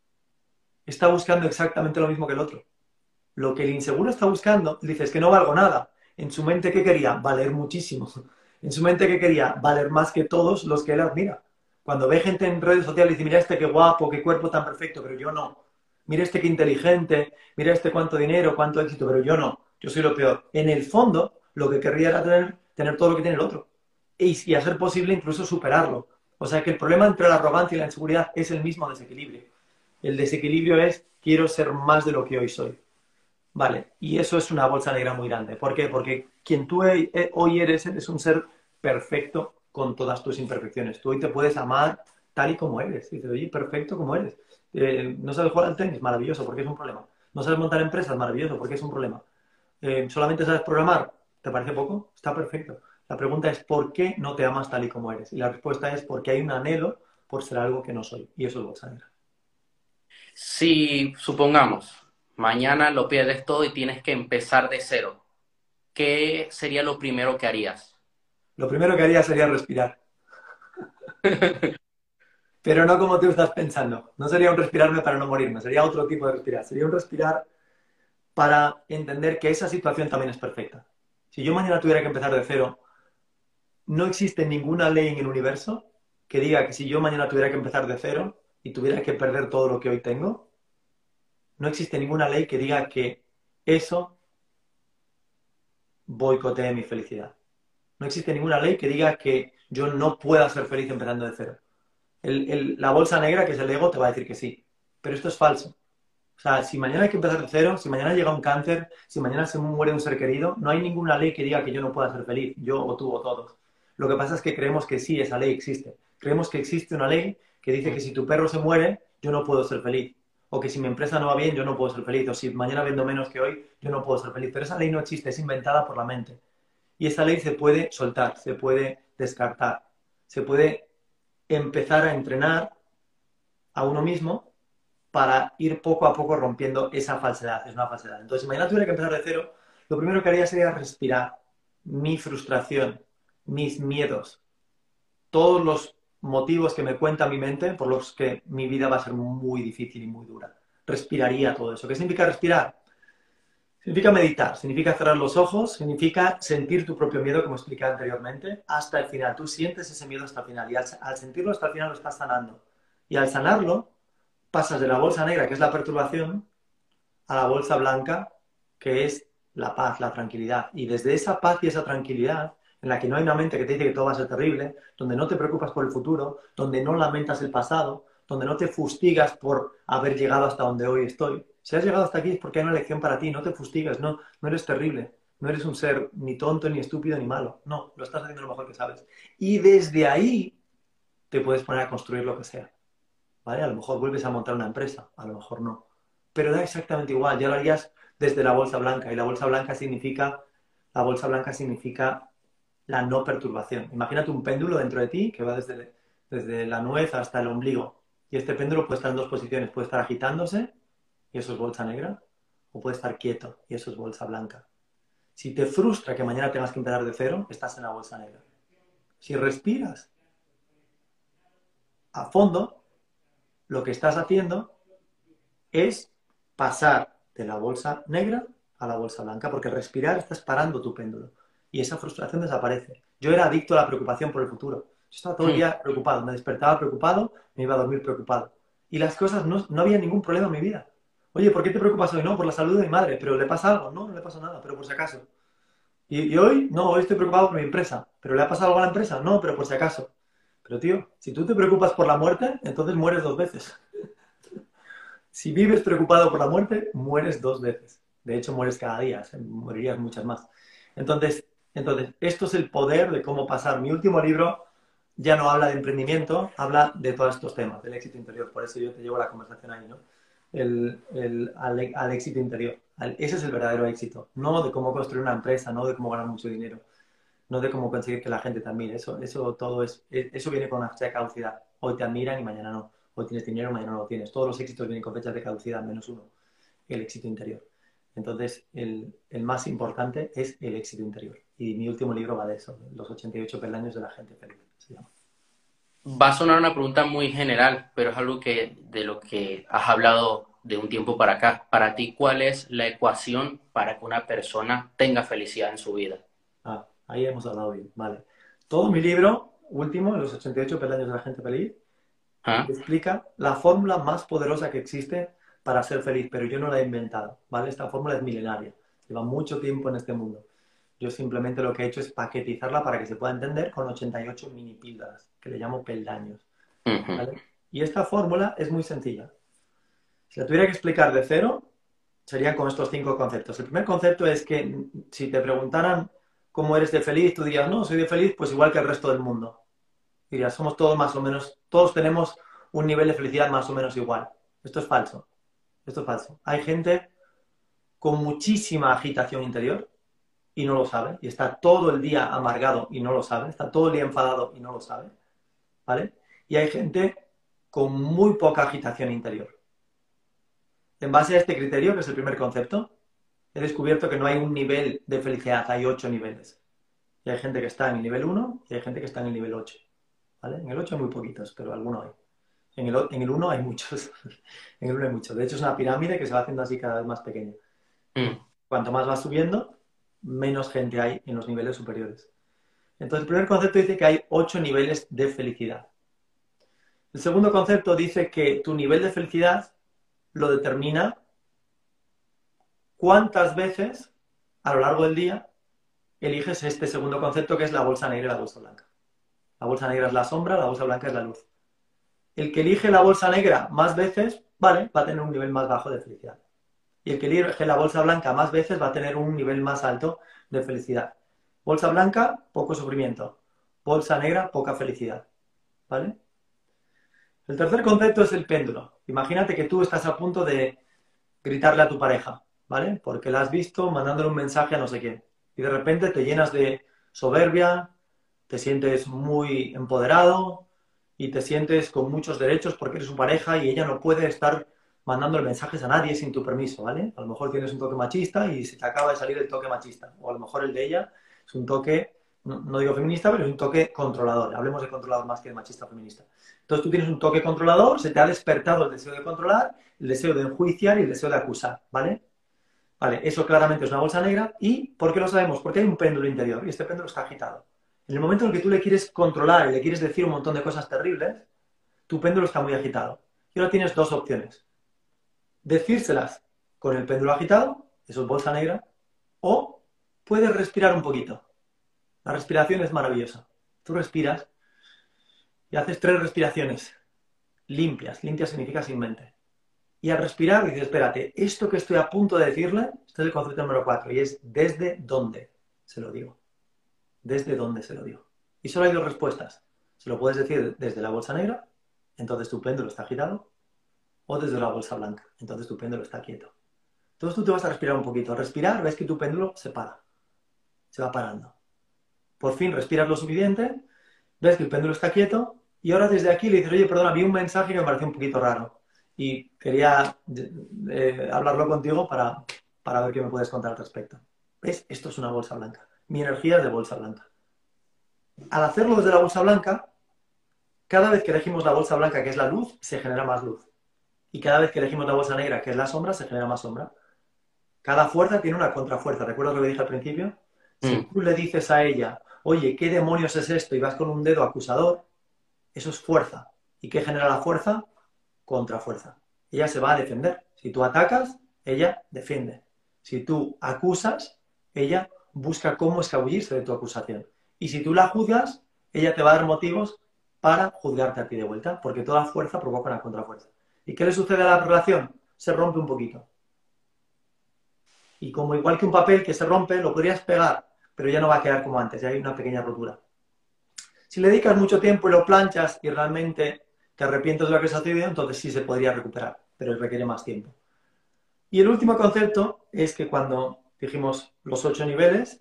está buscando exactamente lo mismo que el otro. Lo que el inseguro está buscando, dice, es que no valgo nada. En su mente, ¿qué quería? Valer muchísimo. En su mente, ¿qué quería? Valer más que todos los que él admira. Cuando ve gente en redes sociales y dice, mira este qué guapo, qué cuerpo tan perfecto, pero yo no. Mira este qué inteligente, mira este cuánto dinero, cuánto éxito, pero yo no. Yo soy lo peor. En el fondo, lo que querría era tener, tener todo lo que tiene el otro. Y, y a ser posible incluso superarlo. O sea que el problema entre la arrogancia y la inseguridad es el mismo desequilibrio. El desequilibrio es quiero ser más de lo que hoy soy. Vale, y eso es una bolsa negra muy grande. ¿Por qué? Porque quien tú e- hoy eres, eres un ser perfecto con todas tus imperfecciones. Tú hoy te puedes amar tal y como eres. Y dices, oye, perfecto como eres. Eh, no sabes jugar al tenis, maravilloso, porque es un problema. No sabes montar empresas, maravilloso, porque es un problema. Eh, solamente sabes programar, ¿te parece poco? Está perfecto. La pregunta es, ¿por qué no te amas tal y como eres? Y la respuesta es porque hay un anhelo por ser algo que no soy. Y eso es bolsa negra. Si supongamos, mañana lo pierdes todo y tienes que empezar de cero, ¿qué sería lo primero que harías? Lo primero que haría sería respirar. Pero no como tú estás pensando. No sería un respirarme para no morirme, sería otro tipo de respirar. Sería un respirar para entender que esa situación también es perfecta. Si yo mañana tuviera que empezar de cero, no existe ninguna ley en el universo que diga que si yo mañana tuviera que empezar de cero y tuviera que perder todo lo que hoy tengo, no existe ninguna ley que diga que eso boicotee mi felicidad. No existe ninguna ley que diga que yo no pueda ser feliz empezando de cero. El, el, la bolsa negra, que es el ego, te va a decir que sí. Pero esto es falso. O sea, si mañana hay que empezar de cero, si mañana llega un cáncer, si mañana se muere un ser querido, no hay ninguna ley que diga que yo no pueda ser feliz, yo o tú o todos. Lo que pasa es que creemos que sí, esa ley existe. Creemos que existe una ley que dice que si tu perro se muere, yo no puedo ser feliz. O que si mi empresa no va bien, yo no puedo ser feliz. O si mañana vendo menos que hoy, yo no puedo ser feliz. Pero esa ley no existe, es inventada por la mente. Y esa ley se puede soltar, se puede descartar, se puede empezar a entrenar a uno mismo para ir poco a poco rompiendo esa falsedad. Es una falsedad. Entonces, si mañana tuviera que empezar de cero, lo primero que haría sería respirar mi frustración, mis miedos, todos los motivos que me cuenta mi mente por los que mi vida va a ser muy difícil y muy dura. Respiraría todo eso. ¿Qué significa respirar? Significa meditar, significa cerrar los ojos, significa sentir tu propio miedo, como expliqué anteriormente, hasta el final. Tú sientes ese miedo hasta el final y al, al sentirlo hasta el final lo estás sanando. Y al sanarlo, pasas de la bolsa negra, que es la perturbación, a la bolsa blanca, que es la paz, la tranquilidad. Y desde esa paz y esa tranquilidad, en la que no hay una mente que te dice que todo va a ser terrible, donde no te preocupas por el futuro, donde no lamentas el pasado, donde no te fustigas por haber llegado hasta donde hoy estoy. Si has llegado hasta aquí es porque hay una lección para ti, no te fustigas, no, no eres terrible, no eres un ser ni tonto, ni estúpido, ni malo. No, lo estás haciendo lo mejor que sabes. Y desde ahí te puedes poner a construir lo que sea. ¿Vale? A lo mejor vuelves a montar una empresa, a lo mejor no. Pero da exactamente igual, ya lo harías desde la bolsa blanca. Y la bolsa blanca significa, la bolsa blanca significa la no perturbación. Imagínate un péndulo dentro de ti que va desde, desde la nuez hasta el ombligo. Y este péndulo puede estar en dos posiciones. Puede estar agitándose, y eso es bolsa negra, o puede estar quieto, y eso es bolsa blanca. Si te frustra que mañana tengas que empezar de cero, estás en la bolsa negra. Si respiras a fondo, lo que estás haciendo es pasar de la bolsa negra a la bolsa blanca, porque al respirar estás parando tu péndulo y esa frustración desaparece. Yo era adicto a la preocupación por el futuro. Yo estaba todo el día preocupado, me despertaba preocupado, me iba a dormir preocupado. Y las cosas, no, no había ningún problema en mi vida. Oye, ¿por qué te preocupas hoy? No, por la salud de mi madre, pero ¿le pasa algo? No, no le pasa nada, pero por si acaso. Y, y hoy, no, hoy estoy preocupado por mi empresa, pero ¿le ha pasado algo a la empresa? No, pero por si acaso. Pero tío, si tú te preocupas por la muerte, entonces mueres dos veces. Si vives preocupado por la muerte, mueres dos veces. De hecho, mueres cada día, morirías muchas más. Entonces, entonces, esto es el poder de cómo pasar. Mi último libro ya no habla de emprendimiento, habla de todos estos temas, del éxito interior. Por eso yo te llevo la conversación ahí, ¿no? El, el, al, al éxito interior. Al, ese es el verdadero éxito. No de cómo construir una empresa, no de cómo ganar mucho dinero, no de cómo conseguir que la gente te admire. Eso, eso todo es, eso viene con una fecha de caducidad. Hoy te admiran y mañana no. Hoy tienes dinero, mañana no lo tienes. Todos los éxitos vienen con fechas de caducidad, menos uno, el éxito interior. Entonces, el, el más importante es el éxito interior. Y mi último libro va de eso, los ochenta y ocho peldaños de la gente feliz, se llama. Va a sonar una pregunta muy general, pero es algo que de lo que has hablado de un tiempo para acá. Para ti, ¿cuál es la ecuación para que una persona tenga felicidad en su vida? Ah, ahí hemos hablado bien, vale. Todo mi libro, último, los ochenta y ocho peldaños de la gente feliz, ¿Ah? explica la fórmula más poderosa que existe para ser feliz, pero yo no la he inventado, ¿vale? Esta fórmula es milenaria, lleva mucho tiempo en este mundo. Yo simplemente lo que he hecho es paquetizarla para que se pueda entender con ochenta y ocho mini píldoras, que le llamo peldaños, ¿vale? Uh-huh. Y esta fórmula es muy sencilla. Si la tuviera que explicar de cero, serían con estos cinco conceptos. El primer concepto es que si te preguntaran cómo eres de feliz, tú dirías, no, soy de feliz pues igual que el resto del mundo. Dirías, somos todos más o menos, todos tenemos un nivel de felicidad más o menos igual. Esto es falso. Esto es falso. Hay gente con muchísima agitación interior y no lo sabe, y está todo el día amargado y no lo sabe, está todo el día enfadado y no lo sabe, ¿vale? Y hay gente con muy poca agitación interior. En base a este criterio, que es el primer concepto, he descubierto que no hay un nivel de felicidad, hay ocho niveles. Y hay gente que está en el nivel uno y hay gente que está en el nivel ocho, ¿vale? En el ocho hay muy poquitos, pero alguno hay. En el, en el uno hay muchos. En el uno hay muchos. De hecho, es una pirámide que se va haciendo así cada vez más pequeña. Mm. Cuanto más va subiendo, menos gente hay en los niveles superiores. Entonces, el primer concepto dice que hay ocho niveles de felicidad. El segundo concepto dice que tu nivel de felicidad lo determina cuántas veces a lo largo del día eliges este segundo concepto, que es la bolsa negra y la bolsa blanca. La bolsa negra es la sombra, la bolsa blanca es la luz. El que elige la bolsa negra más veces, vale, va a tener un nivel más bajo de felicidad. Y el que elige la bolsa blanca más veces va a tener un nivel más alto de felicidad. Bolsa blanca, poco sufrimiento. Bolsa negra, poca felicidad. ¿Vale? El tercer concepto es el péndulo. Imagínate que tú estás a punto de gritarle a tu pareja, ¿vale? Porque la has visto mandándole un mensaje a no sé quién. Y de repente te llenas de soberbia, te sientes muy empoderado y te sientes con muchos derechos porque eres su pareja y ella no puede estar mandándole mensajes a nadie sin tu permiso, ¿vale? A lo mejor tienes un toque machista y se te acaba de salir el toque machista. O a lo mejor el de ella es un toque, no, no digo feminista, pero es un toque controlador. Hablemos de controlador más que de machista feminista. Entonces tú tienes un toque controlador, se te ha despertado el deseo de controlar, el deseo de enjuiciar y el deseo de acusar, ¿vale? Vale, eso claramente es una bolsa negra. ¿Y por qué lo sabemos? Porque hay un péndulo interior y este péndulo está agitado. En el momento en el que tú le quieres controlar y le quieres decir un montón de cosas terribles, tu péndulo está muy agitado. Y ahora tienes dos opciones. Decírselas con el péndulo agitado, eso es bolsa negra, o puedes respirar un poquito. La respiración es maravillosa. Tú respiras y haces tres respiraciones limpias. Limpias significa sin mente. Y al respirar dices, espérate, esto que estoy a punto de decirle, este es el concepto número cuatro, y es ¿desde dónde se lo digo? ¿Desde dónde se lo digo? Y solo hay dos respuestas. Se lo puedes decir desde la bolsa negra, entonces tu péndulo está agitado, o desde la bolsa blanca, entonces tu péndulo está quieto. Entonces tú te vas a respirar un poquito. Al respirar ves que tu péndulo se para, se va parando. Por fin respiras lo suficiente, ves que el péndulo está quieto Y ahora desde aquí le dices, oye, perdona, vi un mensaje que me pareció un poquito raro y quería eh, hablarlo contigo para, para ver qué me puedes contar al respecto. ¿Ves? Esto es una bolsa blanca. Mi energía es de bolsa blanca. Al hacerlo desde la bolsa blanca, cada vez que elegimos la bolsa blanca, que es la luz, se genera más luz. Y cada vez que elegimos la bolsa negra, que es la sombra, se genera más sombra. Cada fuerza tiene una contrafuerza. ¿Recuerdas lo que dije al principio? Si Mm. tú le dices a ella, oye, ¿qué demonios es esto? Y vas con un dedo acusador, eso es fuerza. ¿Y qué genera la fuerza? Contrafuerza. Ella se va a defender. Si tú atacas, ella defiende. Si tú acusas, ella busca cómo escabullirse de tu acusación. Y si tú la juzgas, ella te va a dar motivos para juzgarte a ti de vuelta, porque toda fuerza provoca una contrafuerza. ¿Y qué le sucede a la relación? Se rompe un poquito. Y como igual que un papel que se rompe, lo podrías pegar, pero ya no va a quedar como antes, ya hay una pequeña rotura. Si le dedicas mucho tiempo y lo planchas y realmente te arrepientes de lo que se ha sucedido, entonces sí se podría recuperar, pero requiere más tiempo. Y el último concepto es que cuando dijimos los ocho niveles,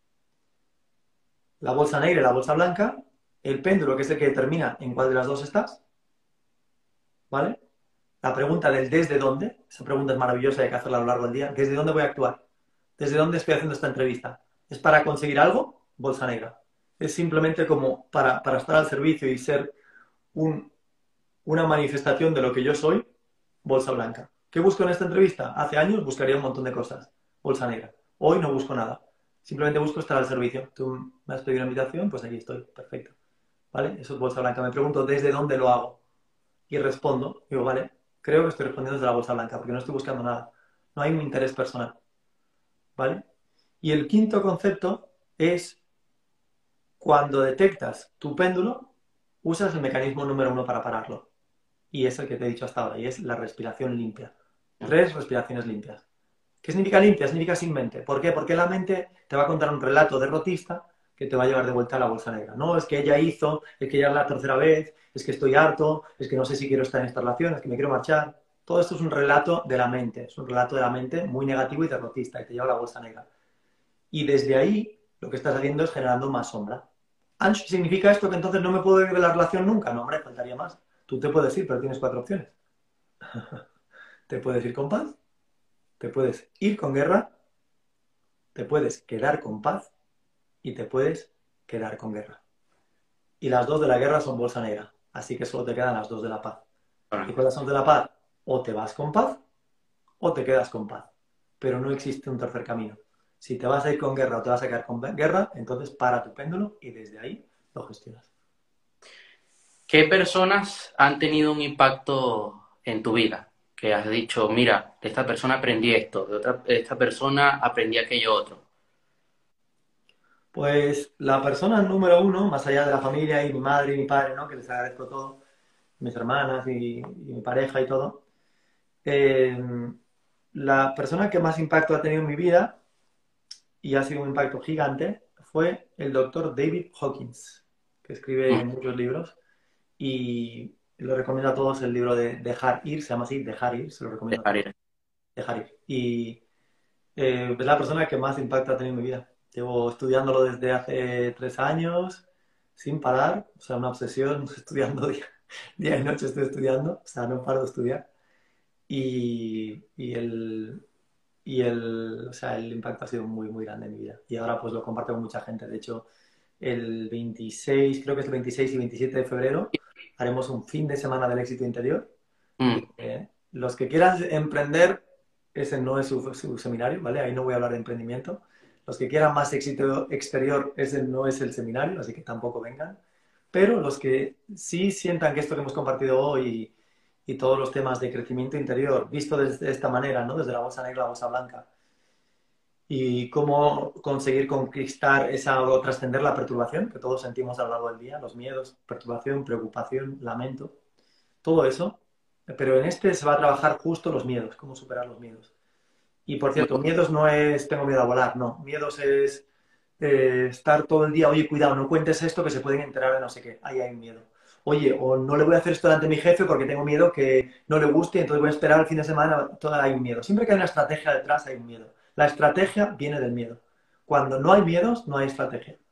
la bolsa negra y la bolsa blanca, el péndulo, que es el que determina en cuál de las dos estás, ¿vale? La pregunta del desde dónde, esa pregunta es maravillosa y hay que hacerla a lo largo del día. ¿Desde dónde voy a actuar? ¿Desde dónde estoy haciendo esta entrevista? ¿Es para conseguir algo? Bolsa negra. Es simplemente como para, para estar al servicio y ser un, una manifestación de lo que yo soy, bolsa blanca. ¿Qué busco en esta entrevista? Hace años buscaría un montón de cosas, bolsa negra. Hoy no busco nada. Simplemente busco estar al servicio. Tú me has pedido una invitación, pues aquí estoy. Perfecto. ¿Vale? Eso es bolsa blanca. Me pregunto desde dónde lo hago. Y respondo. Digo, vale, creo que estoy respondiendo desde la bolsa blanca, porque no estoy buscando nada. No hay un interés personal. ¿Vale? Y el quinto concepto es cuando detectas tu péndulo, usas el mecanismo número uno para pararlo. Y es el que te he dicho hasta ahora, y es la respiración limpia. Tres respiraciones limpias. ¿Qué significa limpia? Significa sin mente. ¿Por qué? Porque la mente te va a contar un relato derrotista que te va a llevar de vuelta a la bolsa negra. No, es que ella hizo, es que ya es la tercera vez, es que estoy harto, es que no sé si quiero estar en esta relación, es que me quiero marchar. Todo esto es un relato de la mente, es un relato de la mente muy negativo y derrotista y te lleva a la bolsa negra. Y desde ahí lo que estás haciendo es generando más sombra. Ansh, ¿significa esto que entonces no me puedo ir de la relación nunca? No, hombre, faltaría más. Tú te puedes ir, pero tienes cuatro opciones. Te puedes ir con paz, te puedes ir con guerra, te puedes quedar con paz y te puedes quedar con guerra. Y las dos de la guerra son bolsa negra. Así que solo te quedan las dos de la paz. ¿Y Bueno, cuáles son de la paz? O te vas con paz o te quedas con paz. Pero no existe un tercer camino. Si te vas a ir con guerra o te vas a quedar con guerra, entonces para tu péndulo y desde ahí lo gestionas. ¿qué personas han tenido un impacto en tu vida? Que has dicho, mira, de esta persona aprendí esto, de, otra, de esta persona aprendí aquello otro. Pues la persona número uno, más allá de la familia y mi madre y mi padre, ¿no? Que les agradezco todo, mis hermanas y, y mi pareja y todo, eh, la persona que más impacto ha tenido en mi vida, y ha sido un impacto gigante, fue el doctor David Hawkins, que escribe Mm, muchos libros y lo recomiendo a todos el libro de Dejar ir, se llama así, Dejar ir, se lo recomiendo a dejar todos, ir. Dejar ir. Y eh, es la persona que más impacto ha tenido en mi vida. Llevo estudiándolo desde hace tres años, sin parar, o sea, una obsesión, estudiando día, día y noche estoy estudiando, o sea, no paro de estudiar. Y, y el, y el, o sea, el impacto ha sido muy, muy grande en mi vida. Y ahora pues lo comparto con mucha gente. De hecho, el veintiséis, creo que es el veintiséis y veintisiete de febrero, haremos un fin de semana del éxito interior. Y Mm, eh, los que quieran emprender, ese no es su, su seminario, ¿vale? Ahí no voy a hablar de emprendimiento. Los que quieran más éxito exterior, ese no es el seminario, así que tampoco vengan. Pero los que sí sientan que esto que hemos compartido hoy y, y todos los temas de crecimiento interior, visto desde esta manera, ¿no? Desde la bolsa negra a la bolsa blanca, y cómo conseguir conquistar esa o trascender la perturbación que todos sentimos a lo largo del día, los miedos, perturbación, preocupación, lamento, todo eso. Pero en este se va a trabajar justo los miedos, cómo superar los miedos. Y por muy cierto, miedos no es tengo miedo a volar, no. Miedos es eh, estar todo el día, oye, cuidado, no cuentes esto que se pueden enterar de no sé qué. Ahí hay un miedo. Oye, o no le voy a hacer esto delante de mi jefe porque tengo miedo que no le guste, entonces voy a esperar el fin de semana. Todo hay un miedo. Siempre que hay una estrategia detrás hay un miedo. La estrategia viene del miedo. Cuando no hay miedos, no hay estrategia.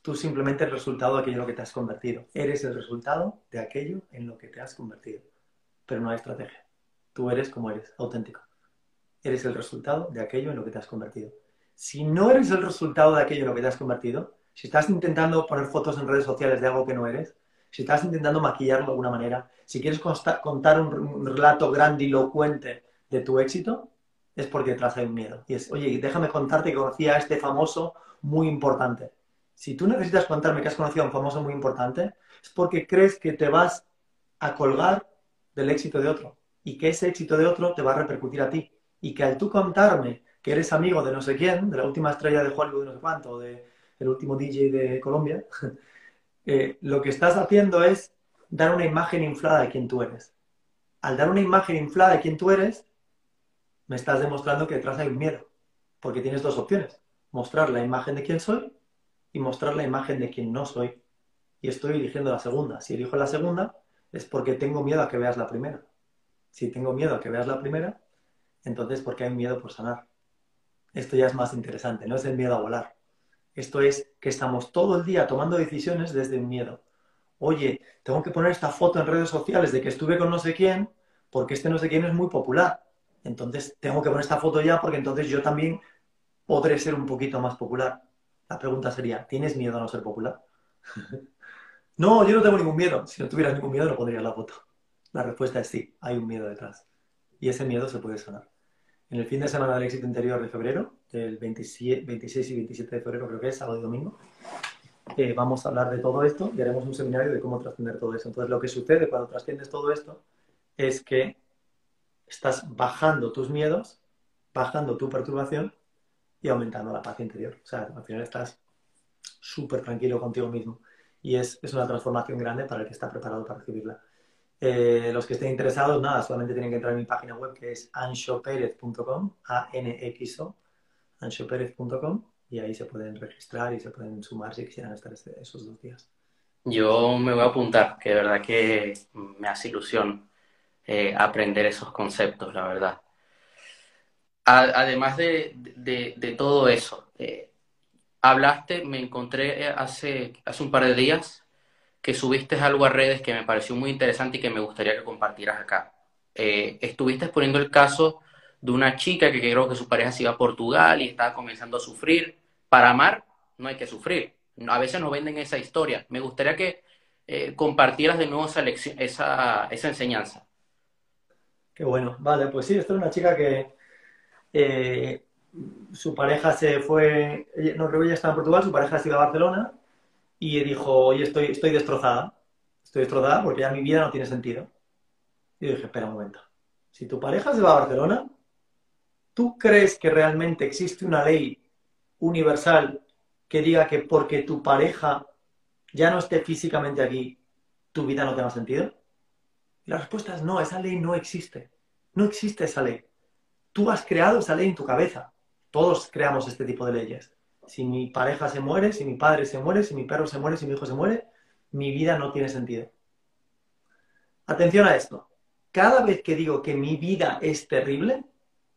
Tú simplemente eres el resultado de aquello en lo que te has convertido. Eres el resultado de aquello en lo que te has convertido. Pero no hay estrategia. Tú eres como eres, auténtico. Eres el resultado de aquello en lo que te has convertido. Si no eres el resultado de aquello en lo que te has convertido, si estás intentando poner fotos en redes sociales de algo que no eres, si estás intentando maquillarlo de alguna manera, si quieres contar un, un relato grandilocuente de tu éxito, es porque detrás hay un miedo. Y es, oye, déjame contarte que conocí a este famoso muy importante. Si tú necesitas contarme que has conocido a un famoso muy importante, es porque crees que te vas a colgar del éxito de otro y que ese éxito de otro te va a repercutir a ti. Y que al tú contarme que eres amigo de no sé quién, de la última estrella de Hollywood de no sé cuánto, o de, del último D J de Colombia, eh, lo que estás haciendo es dar una imagen inflada de quién tú eres. Al dar una imagen inflada de quién tú eres, me estás demostrando que detrás hay un miedo. Porque tienes dos opciones. Mostrar la imagen de quién soy y mostrar la imagen de quién no soy. Y estoy eligiendo la segunda. Si elijo la segunda, es porque tengo miedo a que veas la primera. Si tengo miedo a que veas la primera, entonces porque hay un miedo por sanar. Esto ya es más interesante, no es el miedo a volar. Esto es que estamos todo el día tomando decisiones desde un miedo. Oye, tengo que poner esta foto en redes sociales de que estuve con no sé quién, porque este no sé quién es muy popular. Entonces tengo que poner esta foto ya porque entonces yo también podré ser un poquito más popular. La pregunta sería, ¿tienes miedo a no ser popular? No, yo no tengo ningún miedo. Si no tuvieras ningún miedo no pondrías la foto. La respuesta es sí, hay un miedo detrás. Y ese miedo se puede sanar. En el fin de semana del éxito interior de febrero, del veintisiete, veintiséis y veintisiete de febrero creo que es, sábado y domingo, eh, vamos a hablar de todo esto y haremos un seminario de cómo trascender todo eso. Entonces lo que sucede cuando trasciendes todo esto es que estás bajando tus miedos, bajando tu perturbación y aumentando la paz interior. O sea, al final estás súper tranquilo contigo mismo. Y es, es una transformación grande para el que está preparado para recibirla. Eh, los que estén interesados, nada, solamente tienen que entrar en mi página web que es anshoperez punto com, A N X O, anshoperez punto com, y ahí se pueden registrar y se pueden sumar si quisieran estar este, esos dos días. Yo me voy a apuntar, que de verdad que me hace ilusión eh, aprender esos conceptos, la verdad. A- además de, de, de todo eso, eh, hablaste, me encontré hace, hace un par de días que subiste algo a redes que me pareció muy interesante y que me gustaría que compartieras acá. Eh, estuviste exponiendo el caso de una chica que creo que su pareja se iba a Portugal y estaba comenzando a sufrir. Para amar no hay que sufrir. A veces nos venden esa historia. Me gustaría que eh, compartieras de nuevo esa, lección, esa, esa enseñanza. Qué bueno. Vale, pues sí, esta es una chica que eh, su pareja se fue, ella- no creo que ella estaba en Portugal, su pareja se iba a Barcelona y dijo, oye, estoy, estoy destrozada. Estoy destrozada porque ya mi vida no tiene sentido. Y yo dije, espera un momento. Si tu pareja se va a Barcelona, ¿tú crees que realmente existe una ley universal que diga que porque tu pareja ya no esté físicamente aquí, tu vida no tenga sentido? Y la respuesta es no, esa ley no existe. No existe esa ley. Tú has creado esa ley en tu cabeza. Todos creamos este tipo de leyes. Si mi pareja se muere, si mi padre se muere, si mi perro se muere, si mi hijo se muere, mi vida no tiene sentido. Atención a esto. Cada vez que digo que mi vida es terrible,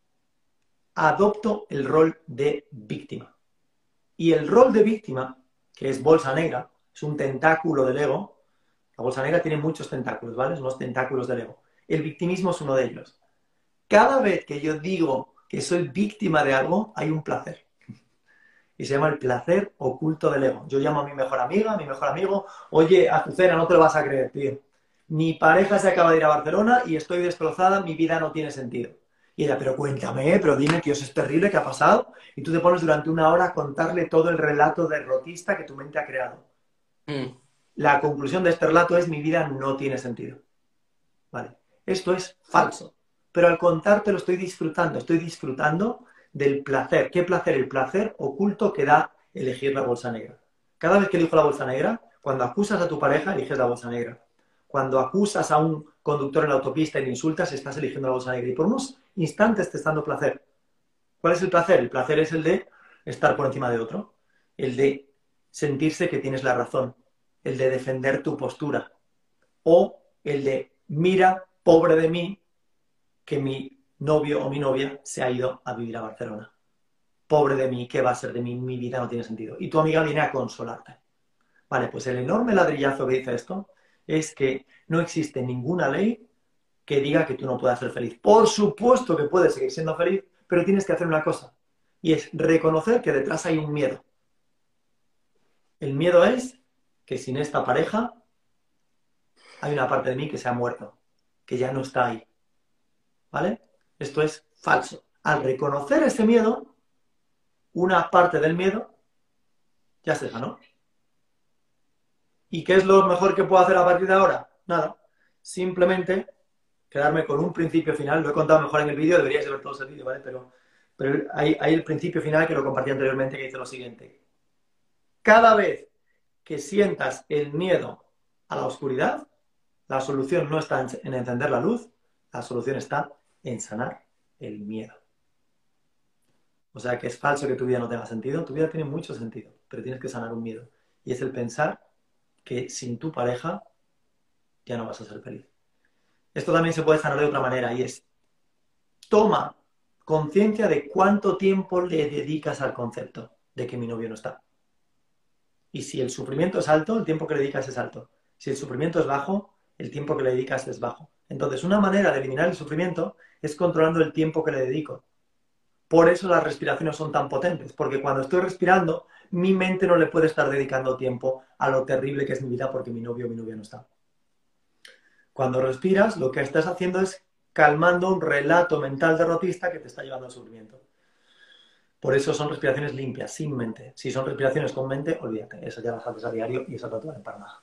adopto el rol de víctima. Y el rol de víctima, que es bolsa negra, es un tentáculo del ego. La bolsa negra tiene muchos tentáculos, ¿vale? Son los tentáculos del ego. El victimismo es uno de ellos. Cada vez que yo digo que soy víctima de algo, hay un placer. Y se llama el placer oculto del ego. Yo llamo a mi mejor amiga, a mi mejor amigo, oye, Azucena, no te lo vas a creer, tío. Mi pareja se acaba de ir a Barcelona y estoy destrozada, mi vida no tiene sentido. Y ella, pero cuéntame, pero dime, tío, eso es terrible, ¿qué ha pasado? Y tú te pones durante una hora a contarle todo el relato derrotista que tu mente ha creado. Mm. La conclusión de este relato es mi vida no tiene sentido. ¿Vale? Esto es falso. Pero al contarte lo estoy disfrutando, estoy disfrutando del placer. ¿Qué placer? El placer oculto que da elegir la bolsa negra. Cada vez que elijo la bolsa negra, cuando acusas a tu pareja, eliges la bolsa negra. Cuando acusas a un conductor en la autopista y le insultas, estás eligiendo la bolsa negra. Y por unos instantes te está dando placer. ¿Cuál es el placer? El placer es el de estar por encima de otro. El de sentirse que tienes la razón. El de defender tu postura. O el de, mira, pobre de mí, que mi novio o mi novia se ha ido a vivir a Barcelona. Pobre de mí, ¿qué va a ser de mí? Mi vida no tiene sentido. Y tu amiga viene a consolarte. Vale, pues el enorme ladrillazo que dice esto es que no existe ninguna ley que diga que tú no puedas ser feliz. Por supuesto que puedes seguir siendo feliz, pero tienes que hacer una cosa, y es reconocer que detrás hay un miedo. El miedo es que sin esta pareja hay una parte de mí que se ha muerto, que ya no está ahí. ¿Vale? Esto es falso. Al reconocer ese miedo, una parte del miedo ya se ganó. ¿Y qué es lo mejor que puedo hacer a partir de ahora? Nada. Simplemente quedarme con un principio final. Lo he contado mejor en el vídeo, deberíais ver todo ese vídeo, ¿vale? Pero, pero hay, hay el principio final que lo compartí anteriormente, que dice lo siguiente. Cada vez que sientas el miedo a la oscuridad, la solución no está en encender la luz, la solución está en sanar el miedo. O sea que es falso que tu vida no tenga sentido. Tu vida tiene mucho sentido, pero tienes que sanar un miedo. Y es el pensar que sin tu pareja ya no vas a ser feliz. Esto también se puede sanar de otra manera, y es: toma conciencia de cuánto tiempo le dedicas al concepto de que mi novio no está. Y si el sufrimiento es alto, el tiempo que le dedicas es alto. Si el sufrimiento es bajo, el tiempo que le dedicas es bajo. Entonces, una manera de eliminar el sufrimiento es controlando el tiempo que le dedico. Por eso las respiraciones son tan potentes, porque cuando estoy respirando, mi mente no le puede estar dedicando tiempo a lo terrible que es mi vida porque mi novio o mi novia no está. Cuando respiras, lo que estás haciendo es calmando un relato mental derrotista que te está llevando al sufrimiento. Por eso son respiraciones limpias, sin mente. Si son respiraciones con mente, olvídate, eso ya las haces a diario y eso no te vale para nada.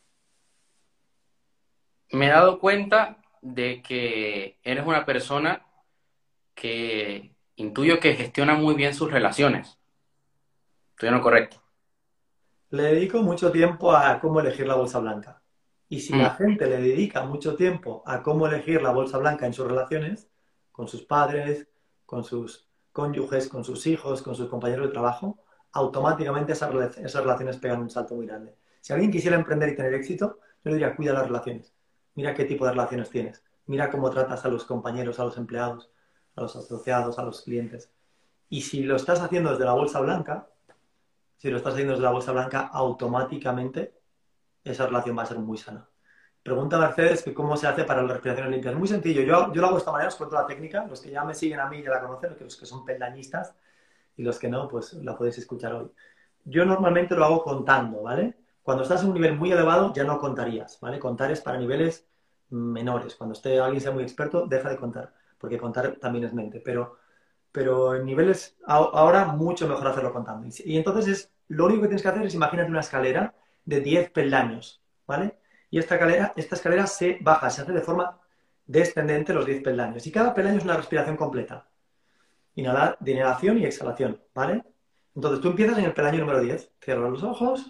Me he dado cuenta de que eres una persona que intuyo que gestiona muy bien sus relaciones. Estoy en lo correcto. Le dedico mucho tiempo a cómo elegir la bolsa blanca. Y si la Mm. gente le dedica mucho tiempo a cómo elegir la bolsa blanca en sus relaciones, con sus padres, con sus cónyuges, con sus hijos, con sus compañeros de trabajo, automáticamente esas, esas relaciones pegan un salto muy grande. Si alguien quisiera emprender y tener éxito, yo le diría: cuida las relaciones. Mira qué tipo de relaciones tienes. Mira cómo tratas a los compañeros, a los empleados, a los asociados, a los clientes. Y si lo estás haciendo desde la bolsa blanca, si lo estás haciendo desde la bolsa blanca, automáticamente esa relación va a ser muy sana. Pregunta a Mercedes que cómo se hace para las respiraciones limpias. Muy sencillo, yo, yo lo hago de esta manera, os cuento la técnica. Los que ya me siguen a mí ya la conocen, los que son peldañistas, y los que no, pues la podéis escuchar hoy. Yo normalmente lo hago contando, ¿vale? Cuando estás en un nivel muy elevado ya no contarías, ¿vale? Contar es para niveles menores. Cuando esté alguien sea muy experto, deja de contar, porque contar también es mente. Pero, pero en niveles ahora mucho mejor hacerlo contando. Y entonces es, lo único que tienes que hacer es: imagínate una escalera de diez peldaños, ¿vale? Y esta escalera, esta escalera se baja, se hace de forma descendente los diez peldaños. Y cada peldaño es una respiración completa. Inhalar, de inhalación y exhalación, ¿vale? Entonces tú empiezas en el peldaño número diez. Cierras los ojos.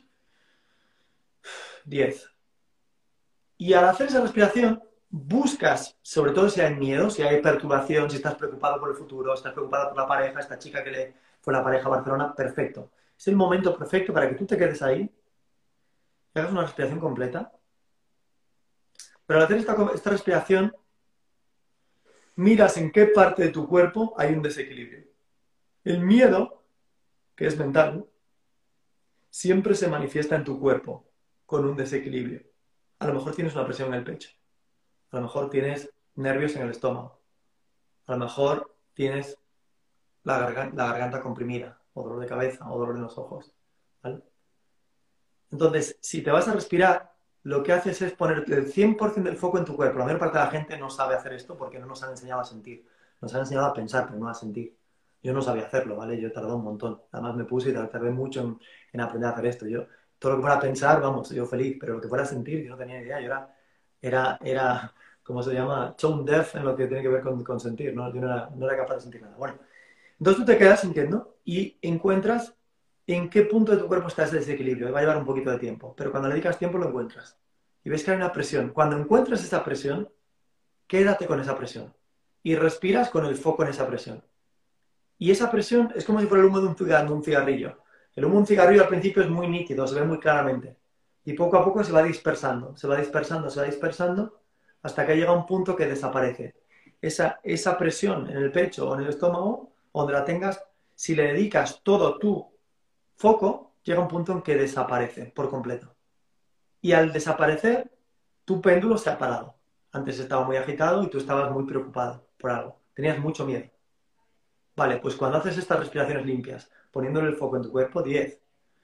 diez. Y al hacer esa respiración, buscas, sobre todo si hay miedo, si hay perturbación, si estás preocupado por el futuro, si estás preocupado por la pareja, esta chica que le fue la pareja a Barcelona, perfecto. Es el momento perfecto para que tú te quedes ahí y hagas una respiración completa. Pero al hacer esta, esta respiración, miras en qué parte de tu cuerpo hay un desequilibrio. El miedo, que es mental, siempre se manifiesta en tu cuerpo con un desequilibrio. A lo mejor tienes una presión en el pecho. A lo mejor tienes nervios en el estómago. A lo mejor tienes la garganta, la garganta comprimida, o dolor de cabeza, o dolor en los ojos, ¿vale? Entonces, si te vas a respirar, lo que haces es ponerte el cien por ciento del foco en tu cuerpo. La mayor parte de la gente no sabe hacer esto porque no nos han enseñado a sentir. Nos han enseñado a pensar, pero no a sentir. Yo no sabía hacerlo, ¿vale? Yo he tardado un montón. Además me puse y tardé mucho en, en aprender a hacer esto. Yo, todo lo que fuera a pensar, vamos, yo feliz, pero lo que fuera a sentir, yo no tenía ni idea. Yo era, era, era ¿cómo se llama? Tone deaf en lo que tiene que ver con, con sentir, ¿no? Yo no era, no era capaz de sentir nada. Bueno, entonces tú te quedas sintiendo y encuentras en qué punto de tu cuerpo está ese desequilibrio. Va a llevar un poquito de tiempo, pero cuando le dedicas tiempo lo encuentras. Y ves que hay una presión. Cuando encuentras esa presión, quédate con esa presión. Y respiras con el foco en esa presión. Y esa presión es como si fuera el humo de un cigarrillo. Un cigarrillo. El humo de un cigarrillo al principio es muy nítido, se ve muy claramente. Y poco a poco se va dispersando, se va dispersando, se va dispersando, hasta que llega un punto que desaparece. Esa, esa presión en el pecho o en el estómago, donde la tengas, si le dedicas todo tu foco, llega un punto en que desaparece por completo. Y al desaparecer, tu péndulo se ha parado. Antes estaba muy agitado y tú estabas muy preocupado por algo. Tenías mucho miedo. Vale, pues cuando haces estas respiraciones limpias, poniéndole el foco en tu cuerpo, diez,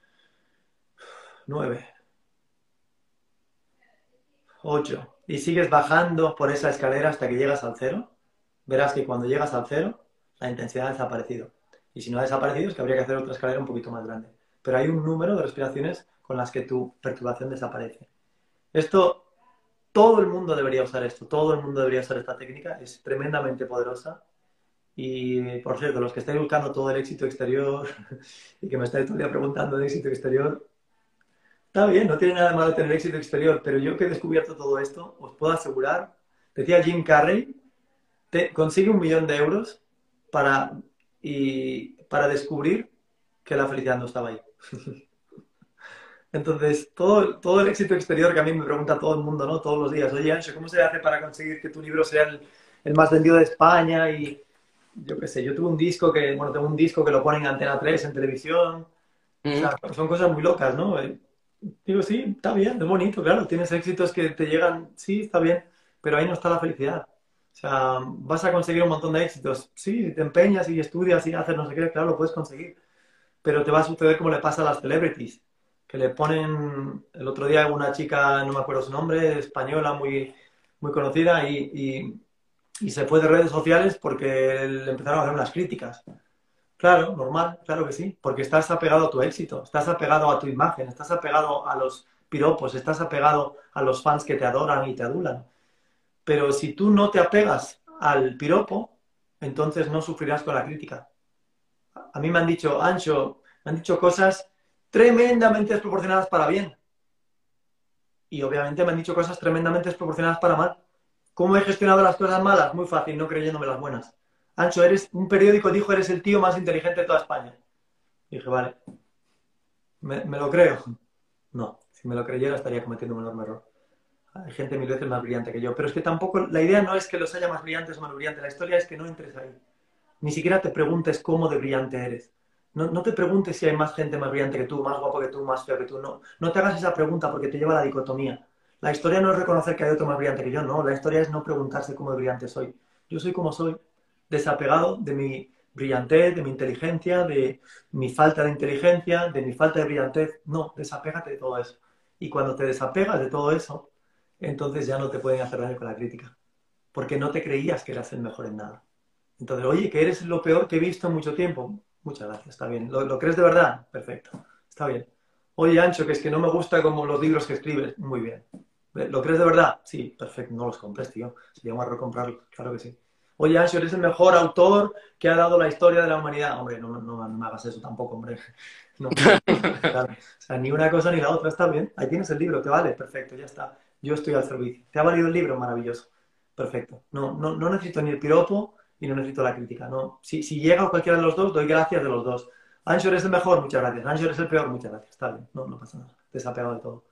nueve, ocho, y sigues bajando por esa escalera hasta que llegas al cero, verás que cuando llegas al cero, la intensidad ha desaparecido. Y si no ha desaparecido, es que habría que hacer otra escalera un poquito más grande. Pero hay un número de respiraciones con las que tu perturbación desaparece. Esto, todo el mundo debería usar esto, todo el mundo debería usar esta técnica, es tremendamente poderosa. Y, por cierto, los que estáis buscando todo el éxito exterior y que me estáis todavía preguntando de éxito exterior, está bien, no tiene nada de malo tener éxito exterior, pero yo que he descubierto todo esto, os puedo asegurar, decía Jim Carrey, te, consigue un millón de euros para, y, para descubrir que la felicidad no estaba ahí. Entonces, todo, todo el éxito exterior que a mí me pregunta todo el mundo, ¿no? Todos los días, oye, Ancho, ¿cómo se hace para conseguir que tu libro sea el, el más vendido de España? Y yo qué sé, yo tuve un disco que, bueno, tengo un disco que lo ponen en Antena tres en televisión. O Mm. sea, son cosas muy locas, ¿no? Eh, Digo, sí, está bien, es bonito, claro, tienes éxitos que te llegan, sí, está bien, pero ahí no está la felicidad. O sea, vas a conseguir un montón de éxitos, sí, te empeñas y estudias y haces no sé qué, claro, lo puedes conseguir, pero te va a suceder como le pasa a las celebrities, que le ponen, el otro día una chica, no me acuerdo su nombre, española, muy, muy conocida, y, y, y se fue de redes sociales porque le empezaron a hacer unas críticas. Claro, normal, claro que sí, porque estás apegado a tu éxito, estás apegado a tu imagen, estás apegado a los piropos, estás apegado a los fans que te adoran y te adulan. Pero si tú no te apegas al piropo, entonces no sufrirás con la crítica. A mí me han dicho, Ancho, me han dicho cosas tremendamente desproporcionadas para bien. Y obviamente me han dicho cosas tremendamente desproporcionadas para mal. ¿Cómo he gestionado las cosas malas? Muy fácil, no creyéndome las buenas. Ancho, eres, un periódico dijo, eres el tío más inteligente de toda España. Y dije, vale, ¿me, me lo creo? No, si me lo creyera estaría cometiendo un enorme error. Hay gente mil veces más brillante que yo, pero es que tampoco, la idea no es que los haya más brillantes o menos brillantes, la historia es que no entres ahí. Ni siquiera te preguntes cómo de brillante eres. No, no te preguntes si hay más gente más brillante que tú, más guapo que tú, más feo que tú. No, no te hagas esa pregunta porque te lleva a la dicotomía. La historia no es reconocer que hay otro más brillante que yo, no. La historia es no preguntarse cómo de brillante soy. Yo soy como soy, desapegado de mi brillantez, de mi inteligencia, de mi falta de inteligencia, de mi falta de brillantez. No, desapégate de todo eso. Y cuando te desapegas de todo eso, entonces ya no te pueden hacer daño con la crítica. Porque no te creías que eras el mejor en nada. Entonces, oye, que eres lo peor que he visto en mucho tiempo. Muchas gracias, está bien. ¿Lo, lo crees de verdad? Perfecto, está bien. Oye, Ancho, que es que no me gusta como los libros que escribes. Muy bien. ¿Lo crees de verdad? Sí, perfecto. No los compres, tío. Sería un error comprarlos, claro que sí. Oye, Ancho, eres el mejor autor que ha dado la historia de la humanidad. Hombre, no, no, no me hagas eso tampoco, hombre. No. Claro. O sea, ni una cosa ni la otra, está bien. Ahí tienes el libro, te vale, perfecto, ya está. Yo estoy al servicio. ¿Te ha valido el libro? Maravilloso. Perfecto. No, no, no necesito ni el piropo y no necesito la crítica. No. Si, si llega cualquiera de los dos, doy gracias de los dos. Ancho, eres el mejor, muchas gracias. Ancho, eres el peor, muchas gracias. Está bien, no, no pasa nada. Desapegado de todo.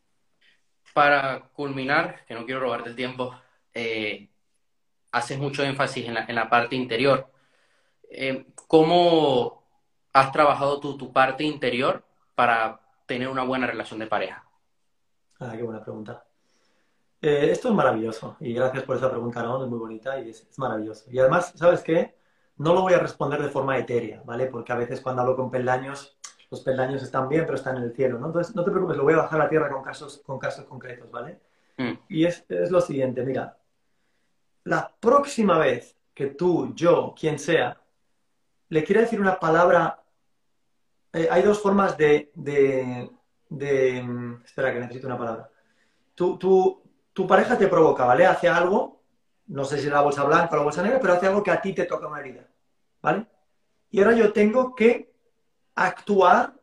Para culminar, que no quiero robarte el tiempo, eh, haces mucho énfasis en la, en la parte interior. Eh, ¿cómo has trabajado tú tu parte interior para tener una buena relación de pareja? Ah, qué buena pregunta. Eh, esto es maravilloso y gracias por esa pregunta, ¿no? Es muy bonita y es, es maravilloso. Y además, ¿sabes qué? No lo voy a responder de forma etérea, ¿vale? Porque a veces cuando hablo con peldaños, los peldaños están bien, pero están en el cielo, ¿no? Entonces, no te preocupes, lo voy a bajar a la tierra con casos, con casos concretos, ¿vale? Mm. Y es, es lo siguiente, mira, la próxima vez que tú, yo, quien sea, le quiera decir una palabra, eh, hay dos formas de, de, de, mm, espera, que necesito una palabra. Tú, tú, tu pareja te provoca, ¿vale? Hace algo, no sé si es la bolsa blanca o la bolsa negra, pero hace algo que a ti te toca una herida, ¿vale? Y ahora yo tengo que actuar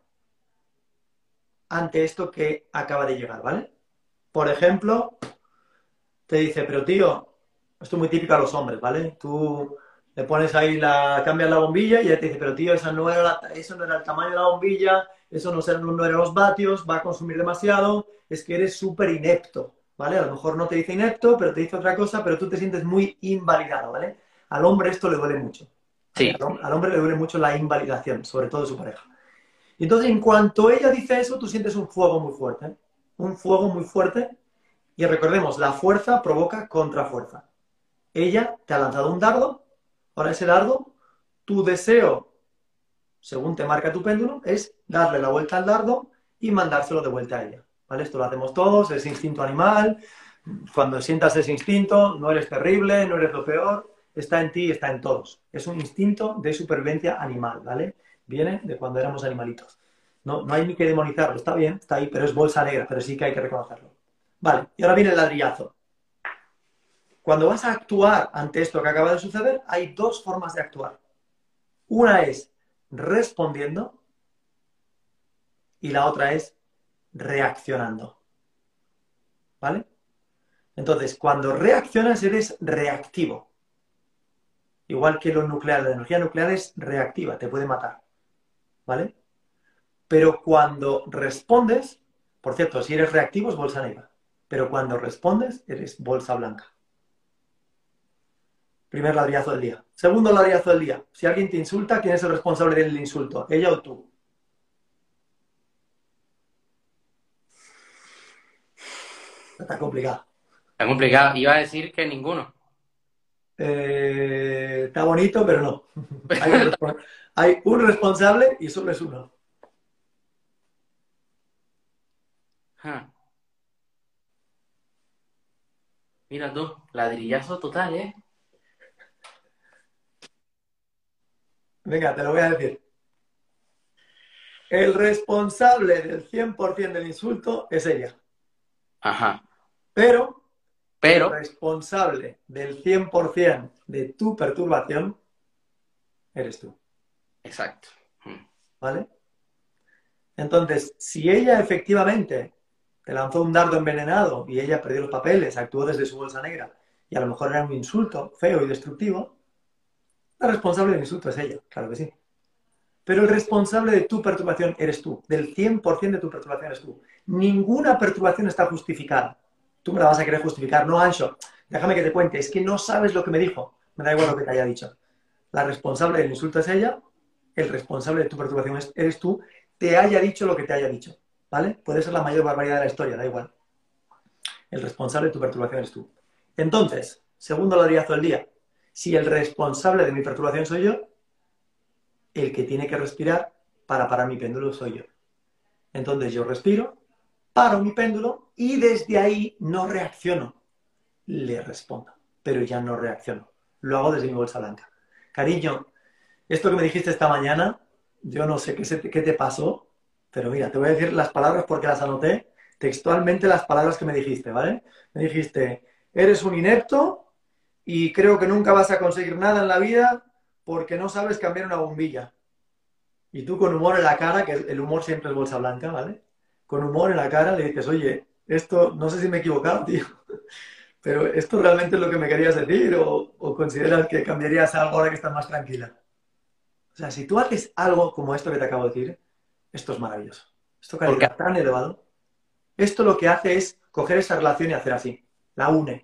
ante esto que acaba de llegar, ¿vale? Por ejemplo, te dice, pero tío, esto es muy típico a los hombres, ¿vale? Tú le pones ahí la, cambias la bombilla y ella te dice, pero tío, esa no era la- eso no era el tamaño de la bombilla, eso no, eran- no eran los vatios, va a consumir demasiado, es que eres súper inepto, ¿vale? A lo mejor no te dice inepto, pero te dice otra cosa, pero tú te sientes muy invalidado, ¿vale? Al hombre esto le duele mucho, ¿vale? Sí. Al, hom- al hombre le duele mucho la invalidación, sobre todo de su pareja. Y entonces, en cuanto ella dice eso, tú sientes un fuego muy fuerte. ¿eh? Un fuego muy fuerte. Y recordemos, la fuerza provoca contrafuerza. Ella te ha lanzado un dardo. Ahora ese dardo, tu deseo, según te marca tu péndulo, es darle la vuelta al dardo y mandárselo de vuelta a ella. ¿Vale? Esto lo hacemos todos, es instinto animal. Cuando sientas ese instinto, no eres terrible, no eres lo peor, está en ti y está en todos. Es un instinto de supervivencia animal, ¿vale? Viene de cuando éramos animalitos. No, no hay ni que demonizarlo, está bien, está ahí, pero es bolsa negra, pero sí que hay que reconocerlo. Vale, y ahora viene el ladrillazo. Cuando vas a actuar ante esto que acaba de suceder, hay dos formas de actuar. Una es respondiendo y la otra es reaccionando. ¿Vale? Entonces, cuando reaccionas eres reactivo. Igual que lo nuclear, la energía nuclear es reactiva, te puede matar. ¿Vale? Pero cuando respondes, por cierto, si eres reactivo es bolsa negra, pero cuando respondes eres bolsa blanca. Primer ladrillazo del día. Segundo ladrillazo del día. Si alguien te insulta, ¿quién es el responsable del insulto? ¿Ella o tú? Está complicado. Está complicado. Iba a decir que ninguno. Eh, está bonito, pero no. Hay un, respons- hay un responsable y solo es uno. Ja. Mira tú, ladrillazo total, ¿eh? Venga, te lo voy a decir. El responsable del cien por ciento del insulto es ella. Ajá. Pero el Pero, responsable del cien por ciento de tu perturbación eres tú. exacto. Mm. ¿Vale? Entonces, si ella efectivamente te lanzó un dardo envenenado y ella perdió los papeles, actuó desde su bolsa negra y a lo mejor era un insulto feo y destructivo, la responsable del insulto es ella, claro que sí. Pero el responsable de tu perturbación eres tú. Del cien por ciento de tu perturbación eres tú. Ninguna perturbación está justificada. Tú me la vas a querer justificar. No, Ancho, déjame que te cuente. Es que no sabes lo que me dijo. Me da igual lo que te haya dicho. La responsable del insulto es ella. El responsable de tu perturbación es- eres tú. Te haya dicho lo que te haya dicho. ¿Vale? Puede ser la mayor barbaridad de la historia, da igual. El responsable de tu perturbación eres tú. Entonces, segundo ladrillazo del día. Si el responsable de mi perturbación soy yo, el que tiene que respirar para parar mi péndulo soy yo. Entonces yo respiro, paro mi péndulo y desde ahí no reacciono. Le respondo, pero ya no reacciono. Lo hago desde mi bolsa blanca. Cariño, esto que me dijiste esta mañana, yo no sé qué, se te, qué te pasó, pero mira, te voy a decir las palabras porque las anoté, textualmente las palabras que me dijiste, ¿vale? Me dijiste, eres un inepto y creo que nunca vas a conseguir nada en la vida porque no sabes cambiar una bombilla. Y tú con humor en la cara, que el humor siempre es bolsa blanca, ¿vale? Con humor en la cara le dices, oye, esto, no sé si me he equivocado, tío, pero ¿esto realmente es lo que me querías decir o, o consideras que cambiarías algo ahora que estás más tranquila? O sea, si tú haces algo como esto que te acabo de decir, esto es maravilloso. Esto Porque, calidad tan elevado. Esto lo que hace es coger esa relación y hacer así. La une.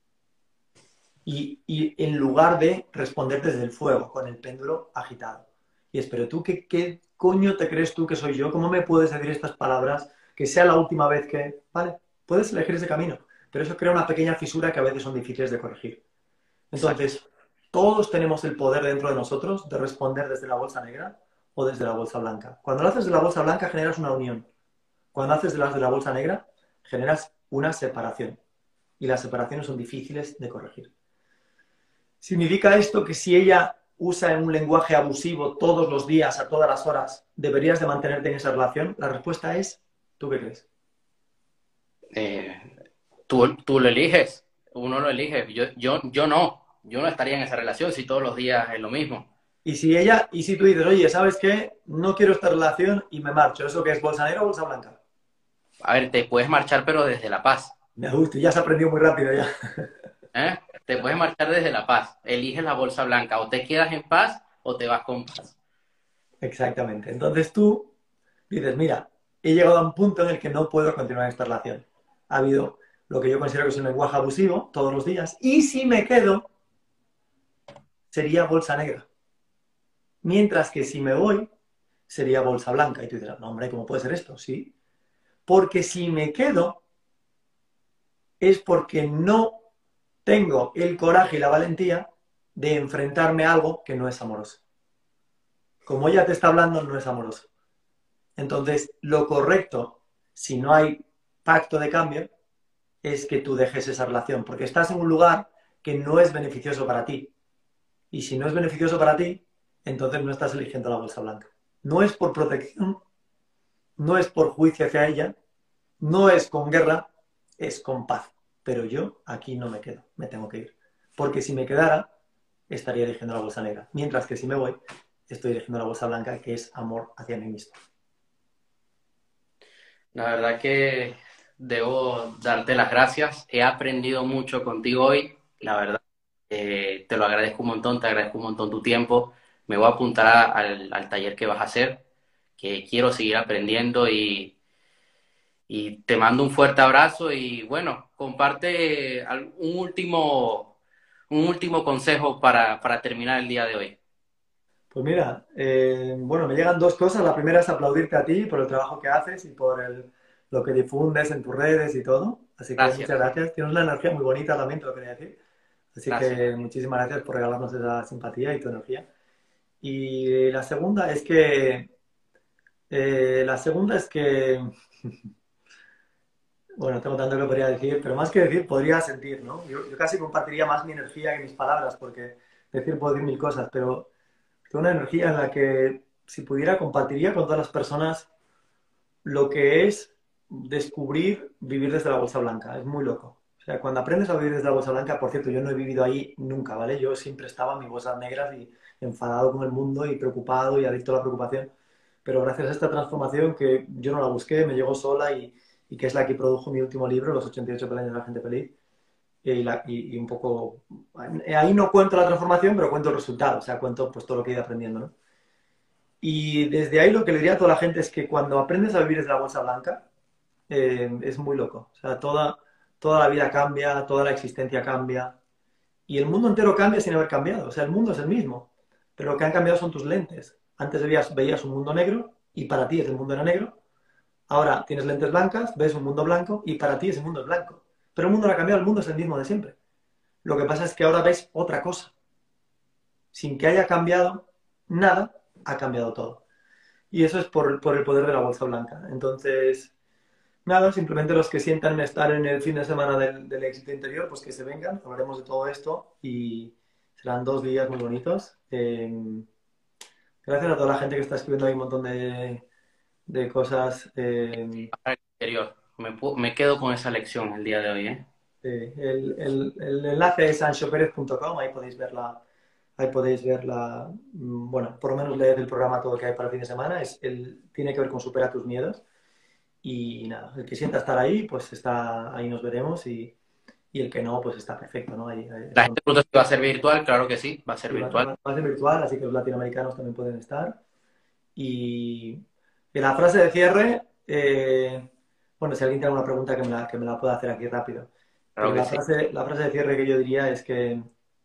Y, y en lugar de responder desde el fuego, con el péndulo agitado. Y es, pero tú, ¿qué, ¿qué coño te crees tú que soy yo? ¿Cómo me puedes decir estas palabras? Que sea la última vez que... Vale, puedes elegir ese camino, pero eso crea una pequeña fisura que a veces son difíciles de corregir. exacto. Entonces, todos tenemos el poder dentro de nosotros de responder desde la bolsa negra o desde la bolsa blanca. Cuando lo haces de la bolsa blanca generas una unión. Cuando haces de las de la bolsa negra generas una separación. Y las separaciones son difíciles de corregir. ¿Significa esto que si ella usa un lenguaje abusivo todos los días, a todas las horas, deberías de mantenerte en esa relación? La respuesta es, ¿tú qué crees? Eh, tú, tú lo eliges, uno lo elige. Yo, yo, yo no, yo no estaría en esa relación si todos los días es lo mismo. Y si ella, y si tú dices, oye, ¿sabes qué? No quiero esta relación y me marcho. ¿Eso qué es, bolsa negra o bolsa blanca? A ver, te puedes marchar, pero desde la paz. Me gusta, ya se aprendió muy rápido ya. ¿Eh? Te puedes marchar desde la paz. Eliges la bolsa blanca. O te quedas en paz o te vas con paz. Exactamente. Entonces tú dices, mira, he llegado a un punto en el que no puedo continuar esta relación. Ha habido lo que yo considero que es un lenguaje abusivo todos los días. Y si me quedo, sería bolsa negra. Mientras que si me voy, sería bolsa blanca. Y tú dices, no, hombre, ¿cómo puede ser esto? Sí. Porque si me quedo, es porque no tengo el coraje y la valentía de enfrentarme a algo que no es amoroso. Como ella te está hablando, no es amoroso. Entonces, lo correcto, si no hay pacto de cambio, es que tú dejes esa relación, porque estás en un lugar que no es beneficioso para ti. Y si no es beneficioso para ti, entonces no estás eligiendo la bolsa blanca. No es por protección, no es por juicio hacia ella, no es con guerra, es con paz. Pero yo aquí no me quedo, me tengo que ir. Porque si me quedara, estaría eligiendo la bolsa negra. Mientras que si me voy, estoy eligiendo la bolsa blanca, que es amor hacia mí mismo. La verdad que debo darte las gracias. He aprendido mucho contigo hoy. La verdad, eh, te lo agradezco un montón, te agradezco un montón tu tiempo. Me voy a apuntar a- al, al taller que vas a hacer, que quiero seguir aprendiendo y, y te mando un fuerte abrazo y bueno, comparte al- un último, un último consejo para, para terminar el día de hoy. Pues mira, eh, bueno, me llegan dos cosas. La primera es aplaudirte a ti por el trabajo que haces y por el- lo que difundes en tus redes y todo. Así que muchas Gracias, gracias. Tienes una energía muy bonita también, te lo quería decir. Así gracias. que muchísimas gracias por regalarnos esa simpatía y tu energía. Y la segunda es que, eh, la segunda es que, bueno, tengo tanto que podría decir, pero más que decir, podría sentir, ¿no? Yo, yo casi compartiría más mi energía que mis palabras, porque decir puedo decir mil cosas, pero tengo una energía en la que si pudiera compartiría con todas las personas lo que es descubrir vivir desde la bolsa blanca. Es muy loco. O sea, cuando aprendes a vivir desde la bolsa blanca, por cierto, yo no he vivido ahí nunca, ¿vale? Yo siempre estaba en mis bolsas negras y enfadado con el mundo y preocupado y adicto a la preocupación. Pero gracias a esta transformación que yo no la busqué, me llegó sola y, y que es la que produjo mi último libro, Los ochenta y ocho peldaños de la gente feliz, y, la- y- y un poco... Ahí no cuento la transformación, pero cuento el resultado, o sea, cuento pues todo lo que he ido aprendiendo, ¿no? Y desde ahí lo que le diría a toda la gente es que cuando aprendes a vivir desde la bolsa blanca, eh, es muy loco. O sea, toda, toda la vida cambia, toda la existencia cambia. Y el mundo entero cambia sin haber cambiado. O sea, el mundo es el mismo. Pero lo que han cambiado son tus lentes. Antes veías, veías un mundo negro y para ti ese mundo era negro. Ahora tienes lentes blancas, ves un mundo blanco y para ti ese mundo es blanco. Pero el mundo no ha cambiado, el mundo es el mismo de siempre. Lo que pasa es que ahora ves otra cosa. Sin que haya cambiado nada, ha cambiado todo. Y eso es por, por el poder de la bolsa blanca. Entonces, nada, simplemente los que sientan estar en el fin de semana del, del éxito interior, pues que se vengan, hablaremos de todo esto y serán dos días muy bonitos. Eh, gracias a toda la gente que está escribiendo ahí un montón de, de cosas. Eh, Para el exterior. Me, pu- me quedo con esa lección el día de hoy, ¿eh? eh, el, el, el enlace es sancho perez punto com, ahí podéis ver la, ahí podéis ver la, mm, bueno, por lo menos leer el programa todo lo que hay para el fin de semana. Es el, tiene que ver con supera tus miedos. Y nada, el que sienta estar ahí, pues está, ahí nos veremos y, y el que no, pues está perfecto, ¿no? Ahí, ahí La son, gente pregunta si va a ser virtual, claro que sí, va a ser sí, va, virtual. va- va a ser virtual, así que los latinoamericanos también pueden estar. Y, y la frase de cierre, eh, bueno, si alguien tiene alguna pregunta que me la, que me la pueda hacer aquí rápido, Claro pero que la sí. frase, la frase de cierre que yo diría es que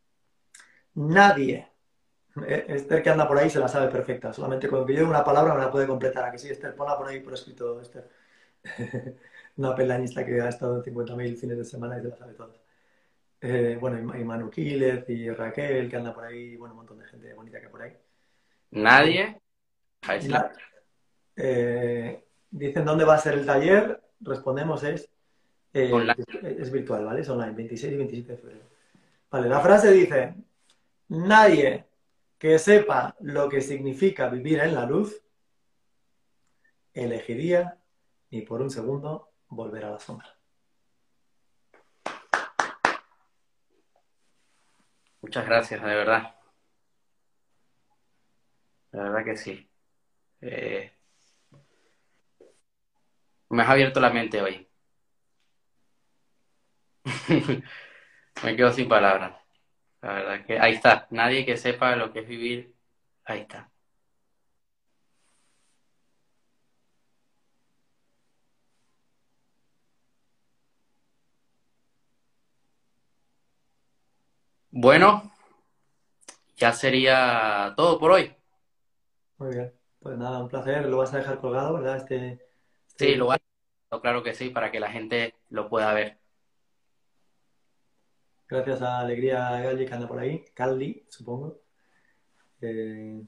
nadie, eh, Esther que anda por ahí se la sabe perfecta, solamente con que yo diga una palabra me la puede completar. ¿A que sí, Esther? Ponla por ahí por escrito, Esther. Una pelañista que ha estado en cincuenta mil fines de semana y se la sabe todas. Eh, bueno, y, y Manu Quílez y Raquel, que anda por ahí, bueno, un montón de gente bonita que hay por ahí. Nadie, a ver si la- Na- eh, dicen dónde va a ser el taller, respondemos es, eh, online. es virtual, ¿vale? Es online, veintiséis y veintisiete de febrero. Vale, la frase dice, nadie que sepa lo que significa vivir en la luz, elegiría ni por un segundo volver a la sombra. Muchas gracias, de verdad. De verdad que sí. Eh, me has abierto la mente hoy. Me quedo sin palabras. La verdad que ahí está. Nadie que sepa lo que es vivir, ahí está. Bueno, ya sería todo por hoy. Muy bien. Pues nada, un placer. Lo vas a dejar colgado, ¿verdad? Este, este Sí, lo voy directo. a hacer, claro que sí, para que la gente lo pueda ver. Gracias a Alegría Galli que anda por ahí. Caldi, supongo. Eh,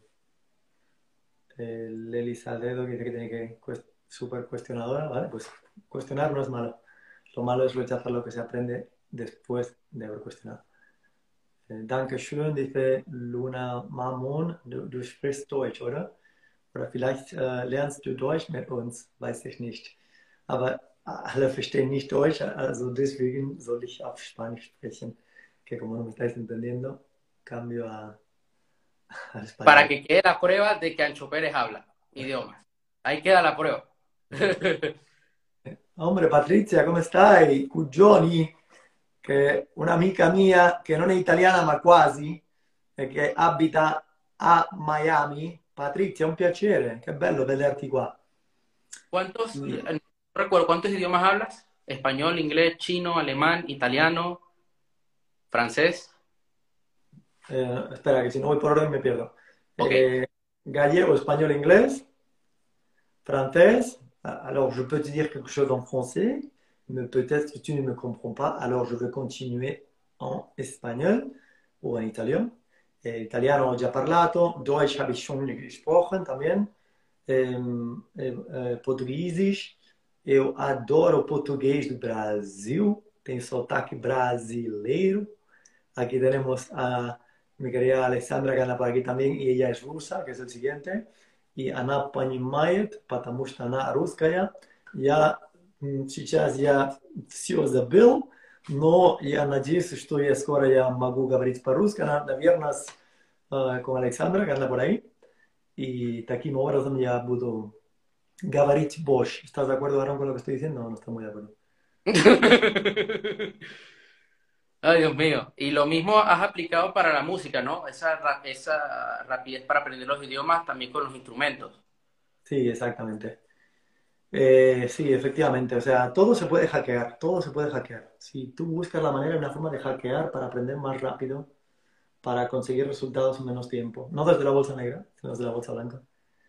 el Leli Salcedo que dice que tiene que cuest súper cuestionadora, ¿vale? Pues cuestionar no es malo. Lo malo es rechazar lo que se aprende después de haber cuestionado. Eh, Dankeschön, dice Luna Mamun, du, du sprichst Deutsch, oder? Oder vielleicht äh, lernst du Deutsch mit uns, weiß ich nicht. Aber alle verstehen nicht Deutsch, also deswegen soll ich auf Spanisch sprechen. Que como no me estáis entendiendo, cambio a, al Para español. que quede la prueba de que Ancho Pérez habla idiomas. Ahí queda la prueba. Hombre, Patrizia, come stai? Cugioni, che un'amica mia che non è italiana ma quasi, e che abita a Miami. Patrizia, è un piacere, che bello vederti qua. ¿Cuántos, Mm, no recuerdo, cuántos idiomas hablas? Español, inglés, chino, alemán, italiano, francés. eh, espera, que si no voy por orden me pierdo. Ok. Eh, gallego, español, inglés, francés. Alors, je peux te dire quelque chose en français, mais peut-être que tu ne me comprends pas. Alors, je vais continuer en espagnol o en italien. Eh, italiano ho già parlato, Deutsch habe ich schon gesprochen también. Ehm, eh, eh, português. Eu adoro o português do Brasil, tem sotaque brasileiro. Aquí tenemos a mi querida Alexandra que anda por aquí también y ella es rusa, que es el siguiente. И она понимает, потому что она русская. Я м, сейчас я все забыл, но я надеюсь, что я скоро я могу говорить по-русски, на- наверное, с, э, con Alexandra, que anda por ahí. Y таким образом я буду говорить Bosch. ¿Estás de acuerdo, Aaron, con lo que estoy diciendo o no estás muy de acuerdo? Ay, Dios mío. Y lo mismo has aplicado para la música, ¿no? Esa, ra- esa rapidez para aprender los idiomas también con los instrumentos. Sí, exactamente. Eh, sí, efectivamente. O sea, todo se puede hackear, todo se puede hackear. Si tú buscas la manera, una forma de hackear para aprender más rápido, para conseguir resultados en menos tiempo. No desde la bolsa negra, sino desde la bolsa blanca.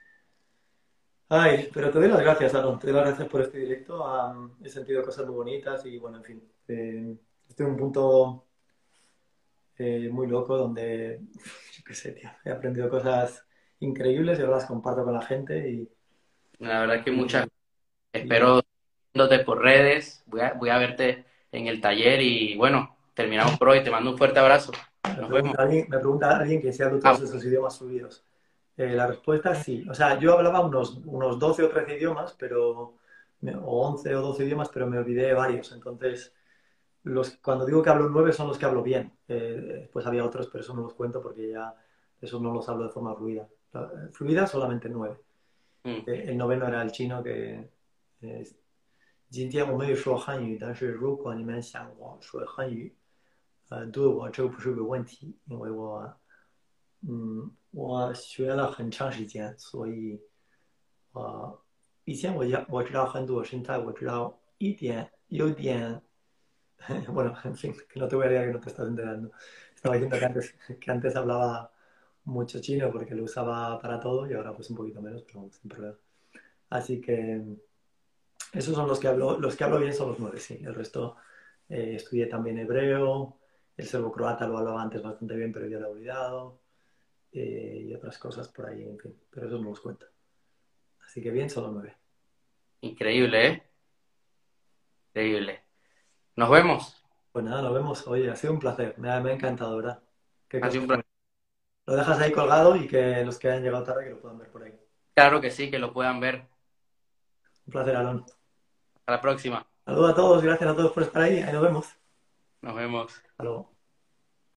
Ay, pero te doy las gracias, Aaron. Te doy las gracias por este directo. Am, he sentido cosas muy bonitas y bueno, en fin. Eh, estoy en un punto eh, muy loco donde, yo qué sé, tío, he aprendido cosas increíbles y ahora las comparto con la gente y, La verdad que muchas, y, y nada. espero viéndote por redes, voy a, voy a verte en el taller y bueno, terminamos por hoy. Te mando un fuerte abrazo. Me Nos vemos. pregunta alguien, me pregunta alguien que si hablo Ah, todos esos idiomas fluidos. Eh, la respuesta es sí. O sea, yo hablaba unos, unos doce o trece idiomas, pero, me- o once o doce idiomas, pero me olvidé de varios. Entonces, los, cuando digo que hablo nueve son los que hablo bien. Eh, pues había otros, pero eso no los cuento porque ya esos no los hablo de forma fluida. La- Fluida solamente nueve. mm, Eh, el noveno era el chino que... Eh, 今天我没有说汉语，但是如果你们想我说汉语，呃，对我这个不是个问题，因为我嗯，我学了很长时间，所以呃，以前我ya我知道很多，现在我知道一点，有点bueno, en fin, que no te voy a leer que no te estás enterando. Estaba diciendo que antes, que antes hablaba mucho chino porque lo usaba para todo y ahora pues un poquito menos, pero sin problema. Así que esos son los que hablo, los que hablo bien son los nueve, sí. El resto eh, estudié también hebreo, el serbo-croata lo hablaba antes bastante bien, pero ya lo he olvidado, eh, y otras cosas por ahí, en fin, pero eso no los cuento. Así que bien, solo nueve. increíble, ¿eh? Increíble. Nos vemos. Pues nada, nos vemos. Oye, ha sido un placer, me ha, me ha encantado, ¿verdad? Qué Ha sido cosas un tan placer. bonitas. Lo dejas ahí colgado y que los que hayan llegado tarde que lo puedan ver por ahí. Claro que sí, que lo puedan ver. Un placer, Alon. Hasta la próxima. Saludos a todos, gracias a todos por estar ahí, ahí nos vemos. Nos vemos. Hasta luego.